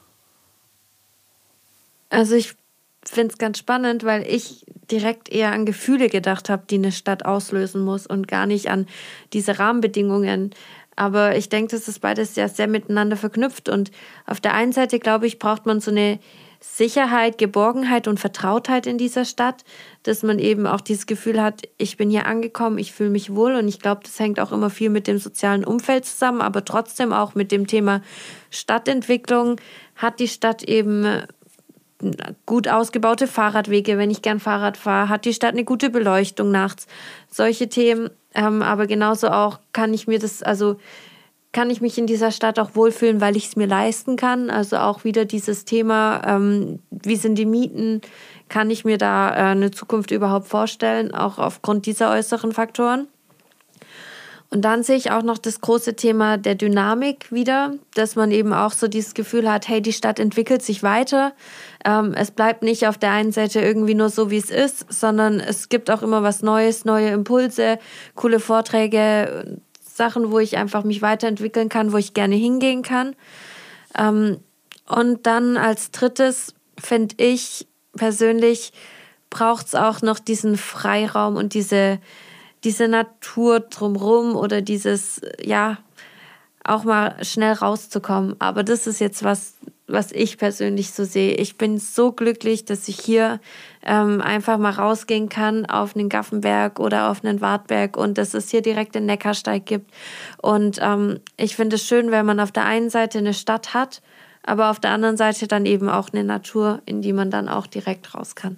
Also ich finde es ganz spannend, weil ich direkt eher an Gefühle gedacht habe, die eine Stadt auslösen muss und gar nicht an diese Rahmenbedingungen. Aber ich denke, das ist beides ja sehr miteinander verknüpft. Und auf der einen Seite, glaube ich, braucht man so eine Sicherheit, Geborgenheit und Vertrautheit in dieser Stadt, dass man eben auch dieses Gefühl hat, ich bin hier angekommen, ich fühle mich wohl. Und ich glaube, das hängt auch immer viel mit dem sozialen Umfeld zusammen, aber trotzdem auch mit dem Thema Stadtentwicklung hat die Stadt eben gut ausgebaute Fahrradwege, wenn ich gern Fahrrad fahre, hat die Stadt eine gute Beleuchtung nachts. Solche Themen, ähm, aber genauso auch kann ich mir das, also kann ich mich in dieser Stadt auch wohlfühlen, weil ich es mir leisten kann. Also auch wieder dieses Thema, ähm, wie sind die Mieten, kann ich mir da äh, eine Zukunft überhaupt vorstellen, auch aufgrund dieser äußeren Faktoren. Und dann sehe ich auch noch das große Thema der Dynamik wieder, dass man eben auch so dieses Gefühl hat, hey, die Stadt entwickelt sich weiter. Ähm, es bleibt nicht auf der einen Seite irgendwie nur so, wie es ist, sondern es gibt auch immer was Neues, neue Impulse, coole Vorträge, Sachen, wo ich einfach mich weiterentwickeln kann, wo ich gerne hingehen kann. Ähm, und dann als drittes finde ich persönlich, braucht es auch noch diesen Freiraum und diese diese Natur drumherum oder dieses, ja, auch mal schnell rauszukommen. Aber das ist jetzt was, was ich persönlich so sehe. Ich bin so glücklich, dass ich hier ähm, einfach mal rausgehen kann auf einen Gaffenberg oder auf einen Wartberg und dass es hier direkt den Neckarsteig gibt. Und ähm, ich finde es schön, wenn man auf der einen Seite eine Stadt hat, aber auf der anderen Seite dann eben auch eine Natur, in die man dann auch direkt raus kann.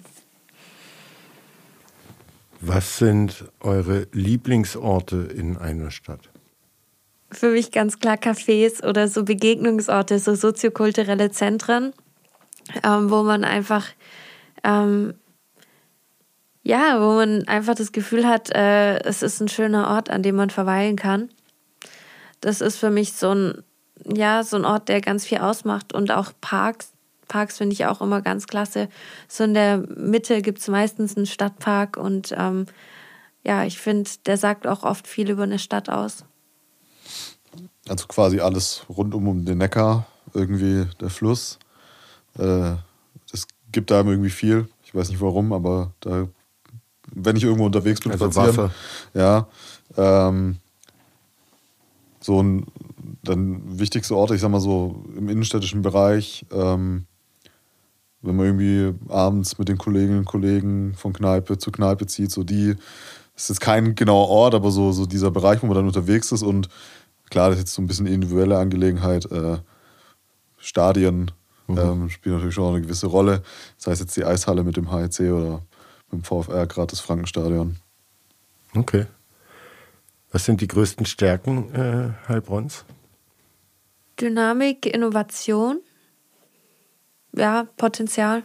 Was sind eure Lieblingsorte in einer Stadt? Für mich ganz klar Cafés oder so Begegnungsorte, so soziokulturelle Zentren, ähm, wo man einfach, ähm, ja, wo man einfach das Gefühl hat, äh, es ist ein schöner Ort, an dem man verweilen kann. Das ist für mich so ein, ja, so ein Ort, der ganz viel ausmacht und auch Parks. Parks finde ich auch immer ganz klasse. So in der Mitte gibt es meistens einen Stadtpark und ähm, ja, ich finde, der sagt auch oft viel über eine Stadt aus. Also quasi alles rundum um den Neckar, irgendwie der Fluss. Äh, das gibt da irgendwie viel. Ich weiß nicht warum, aber da, wenn ich irgendwo unterwegs bin, also spazieren, Wasser. Ja, ähm, so ein dann wichtigste Orte, ich sag mal so im innenstädtischen Bereich, ähm, wenn man irgendwie abends mit den Kolleginnen und Kollegen von Kneipe zu Kneipe zieht, so die, das ist jetzt kein genauer Ort, aber so, so dieser Bereich, wo man dann unterwegs ist und klar, das ist jetzt so ein bisschen individuelle Angelegenheit, äh, Stadien mhm. ähm, spielen natürlich schon eine gewisse Rolle, sei es jetzt die Eishalle mit dem H I C oder mit dem VfR, gerade das Frankenstadion. Okay. Was sind die größten Stärken äh, Heilbronns? Dynamik, Innovation, ja, Potenzial.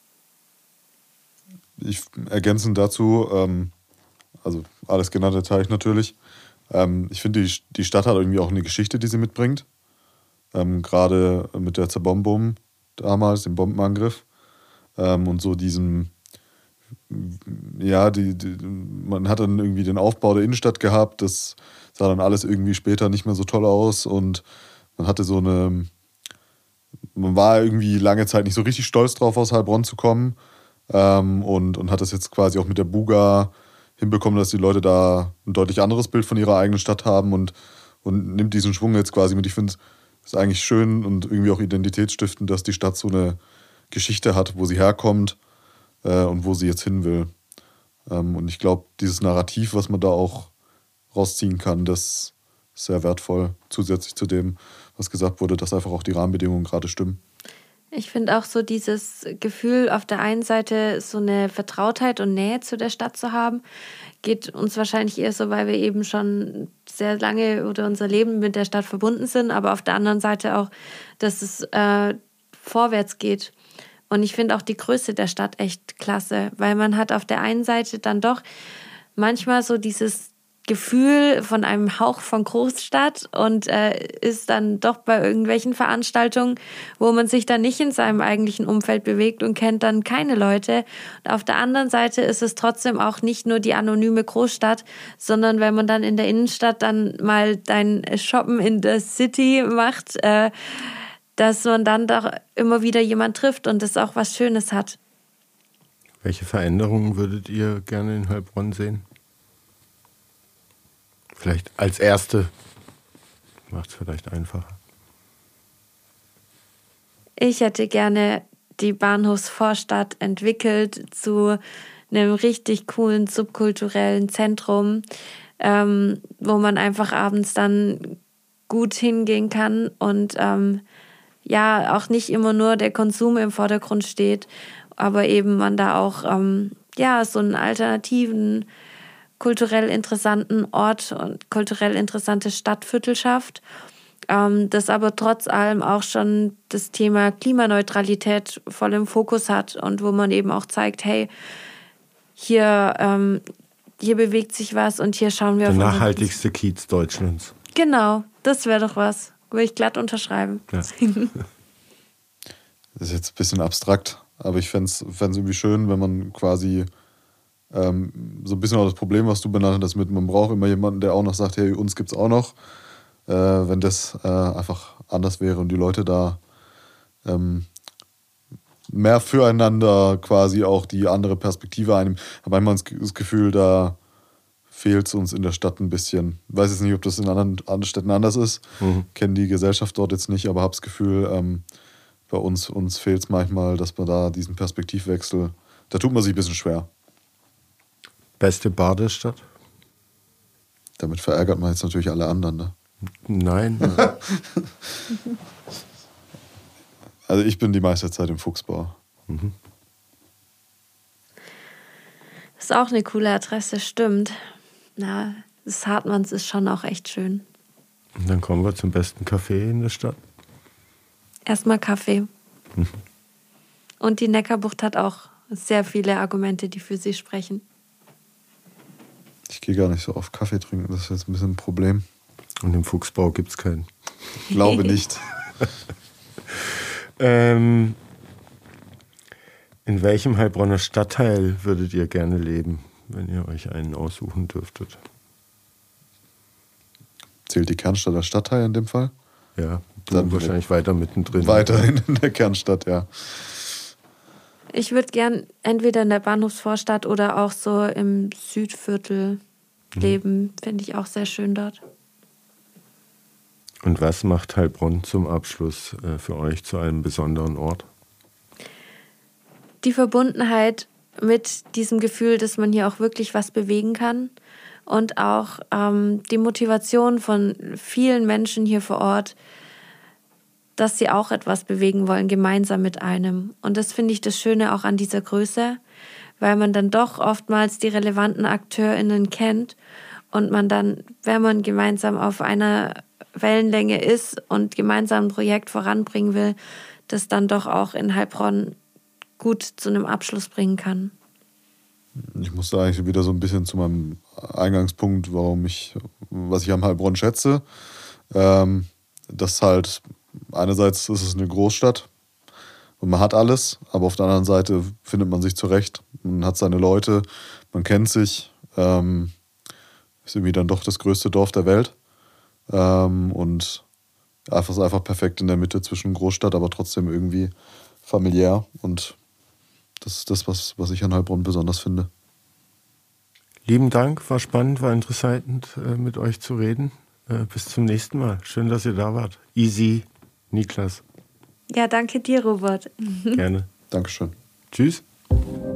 Ich ergänzend dazu, ähm, also alles genannte teile ich natürlich. Ähm, ich finde, die, die Stadt hat irgendwie auch eine Geschichte, die sie mitbringt. Ähm, Gerade mit der Zerbombum damals, dem Bombenangriff. Ähm, und so diesem, ja, die, die, man hat dann irgendwie den Aufbau der Innenstadt gehabt. Das sah dann alles irgendwie später nicht mehr so toll aus. Und man hatte so eine, man war irgendwie lange Zeit nicht so richtig stolz drauf, aus Heilbronn zu kommen. Ähm, und, und hat das jetzt quasi auch mit der Buga hinbekommen, dass die Leute da ein deutlich anderes Bild von ihrer eigenen Stadt haben und, und nimmt diesen Schwung jetzt quasi mit. Ich finde, es ist eigentlich schön und irgendwie auch identitätsstiftend, dass die Stadt so eine Geschichte hat, wo sie herkommt äh, und wo sie jetzt hin will. Ähm, und ich glaube, dieses Narrativ, was man da auch rausziehen kann, das ist sehr wertvoll, zusätzlich zu dem, was gesagt wurde, dass einfach auch die Rahmenbedingungen gerade stimmen. Ich finde auch so dieses Gefühl, auf der einen Seite so eine Vertrautheit und Nähe zu der Stadt zu haben, geht uns wahrscheinlich eher so, weil wir eben schon sehr lange oder unser Leben mit der Stadt verbunden sind, aber auf der anderen Seite auch, dass es äh, vorwärts geht. Und ich finde auch die Größe der Stadt echt klasse, weil man hat auf der einen Seite dann doch manchmal so dieses Gefühl von einem Hauch von Großstadt und äh, ist dann doch bei irgendwelchen Veranstaltungen, wo man sich dann nicht in seinem eigentlichen Umfeld bewegt und kennt dann keine Leute. Und auf der anderen Seite ist es trotzdem auch nicht nur die anonyme Großstadt, sondern wenn man dann in der Innenstadt dann mal dein Shoppen in der City macht, äh, dass man dann doch immer wieder jemand trifft und das auch was Schönes hat. Welche Veränderungen würdet ihr gerne in Heilbronn sehen? Vielleicht als erste. Macht es vielleicht einfacher. Ich hätte gerne die Bahnhofsvorstadt entwickelt zu einem richtig coolen subkulturellen Zentrum, ähm, wo man einfach abends dann gut hingehen kann und ähm, ja, auch nicht immer nur der Konsum im Vordergrund steht, aber eben man da auch ähm, ja, so einen alternativen, kulturell interessanten Ort und kulturell interessante Stadtviertel schafft, ähm, das aber trotz allem auch schon das Thema Klimaneutralität voll im Fokus hat und wo man eben auch zeigt, hey, hier, ähm, hier bewegt sich was und hier schauen wir... Der nachhaltigste Kiez Deutschlands. Genau, das wäre doch was. Würde ich glatt unterschreiben. Ja. Das ist jetzt ein bisschen abstrakt, aber ich fände es irgendwie schön, wenn man quasi ähm, so ein bisschen auch das Problem, was du benannt hast, mit man braucht immer jemanden, der auch noch sagt, hey, uns gibt's auch noch. Äh, wenn das äh, einfach anders wäre und die Leute da ähm, mehr füreinander quasi auch die andere Perspektive einnehmen. Aber manchmal das Gefühl, da fehlt es uns in der Stadt ein bisschen. Ich weiß jetzt nicht, ob das in anderen, anderen Städten anders ist. Mhm. Kenne die Gesellschaft dort jetzt nicht, aber habe das Gefühl, ähm, bei uns, uns fehlt es manchmal, dass man da diesen Perspektivwechsel, da tut man sich ein bisschen schwer. Beste Bar der Stadt? Damit verärgert man jetzt natürlich alle anderen, ne? Nein. Also ich bin die meiste Zeit im Fuchsbau. Mhm. Das ist auch eine coole Adresse, stimmt. Na, das Hartmanns ist schon auch echt schön. Und dann kommen wir zum besten Café in der Stadt. Erstmal Kaffee. Mhm. Und die Neckarbucht hat auch sehr viele Argumente, die für sie sprechen. Ich gehe gar nicht so oft Kaffee trinken, das ist jetzt ein bisschen ein Problem. Und im Fuchsbau gibt es keinen. Ich glaube nicht. ähm, in welchem Heilbronner Stadtteil würdet ihr gerne leben, wenn ihr euch einen aussuchen dürftet? Zählt die Kernstadt als Stadtteil in dem Fall? Ja, du dann wahrscheinlich weiter mittendrin. Weiterhin in der Kernstadt, ja. Ich würde gern entweder in der Bahnhofsvorstadt oder auch so im Südviertel mhm. leben. Finde ich auch sehr schön dort. Und was macht Heilbronn zum Abschluss äh, für euch zu einem besonderen Ort? die Verbundenheit mit diesem Gefühl, dass man hier auch wirklich was bewegen kann und auch ähm, die Motivation von vielen Menschen hier vor Ort, dass sie auch etwas bewegen wollen, gemeinsam mit einem. Und das finde ich das Schöne auch an dieser Größe, weil man dann doch oftmals die relevanten AkteurInnen kennt und man dann, wenn man gemeinsam auf einer Wellenlänge ist und gemeinsam ein Projekt voranbringen will, das dann doch auch in Heilbronn gut zu einem Abschluss bringen kann. Ich muss da eigentlich wieder so ein bisschen zu meinem Eingangspunkt, warum ich, was ich am Heilbronn schätze. Ähm, das halt, einerseits ist es eine Großstadt und man hat alles, aber auf der anderen Seite findet man sich zurecht. Man hat seine Leute, man kennt sich. Ähm, ist irgendwie dann doch das größte Dorf der Welt. Ähm, und einfach ist einfach perfekt in der Mitte zwischen Großstadt, aber trotzdem irgendwie familiär. Und das ist das, was, was ich an Heilbronn besonders finde. Lieben Dank, war spannend, war interessant, mit euch zu reden. Bis zum nächsten Mal. Schön, dass ihr da wart. Easy, Niklas. Ja, danke dir, Robert. Gerne. Dankeschön. Tschüss.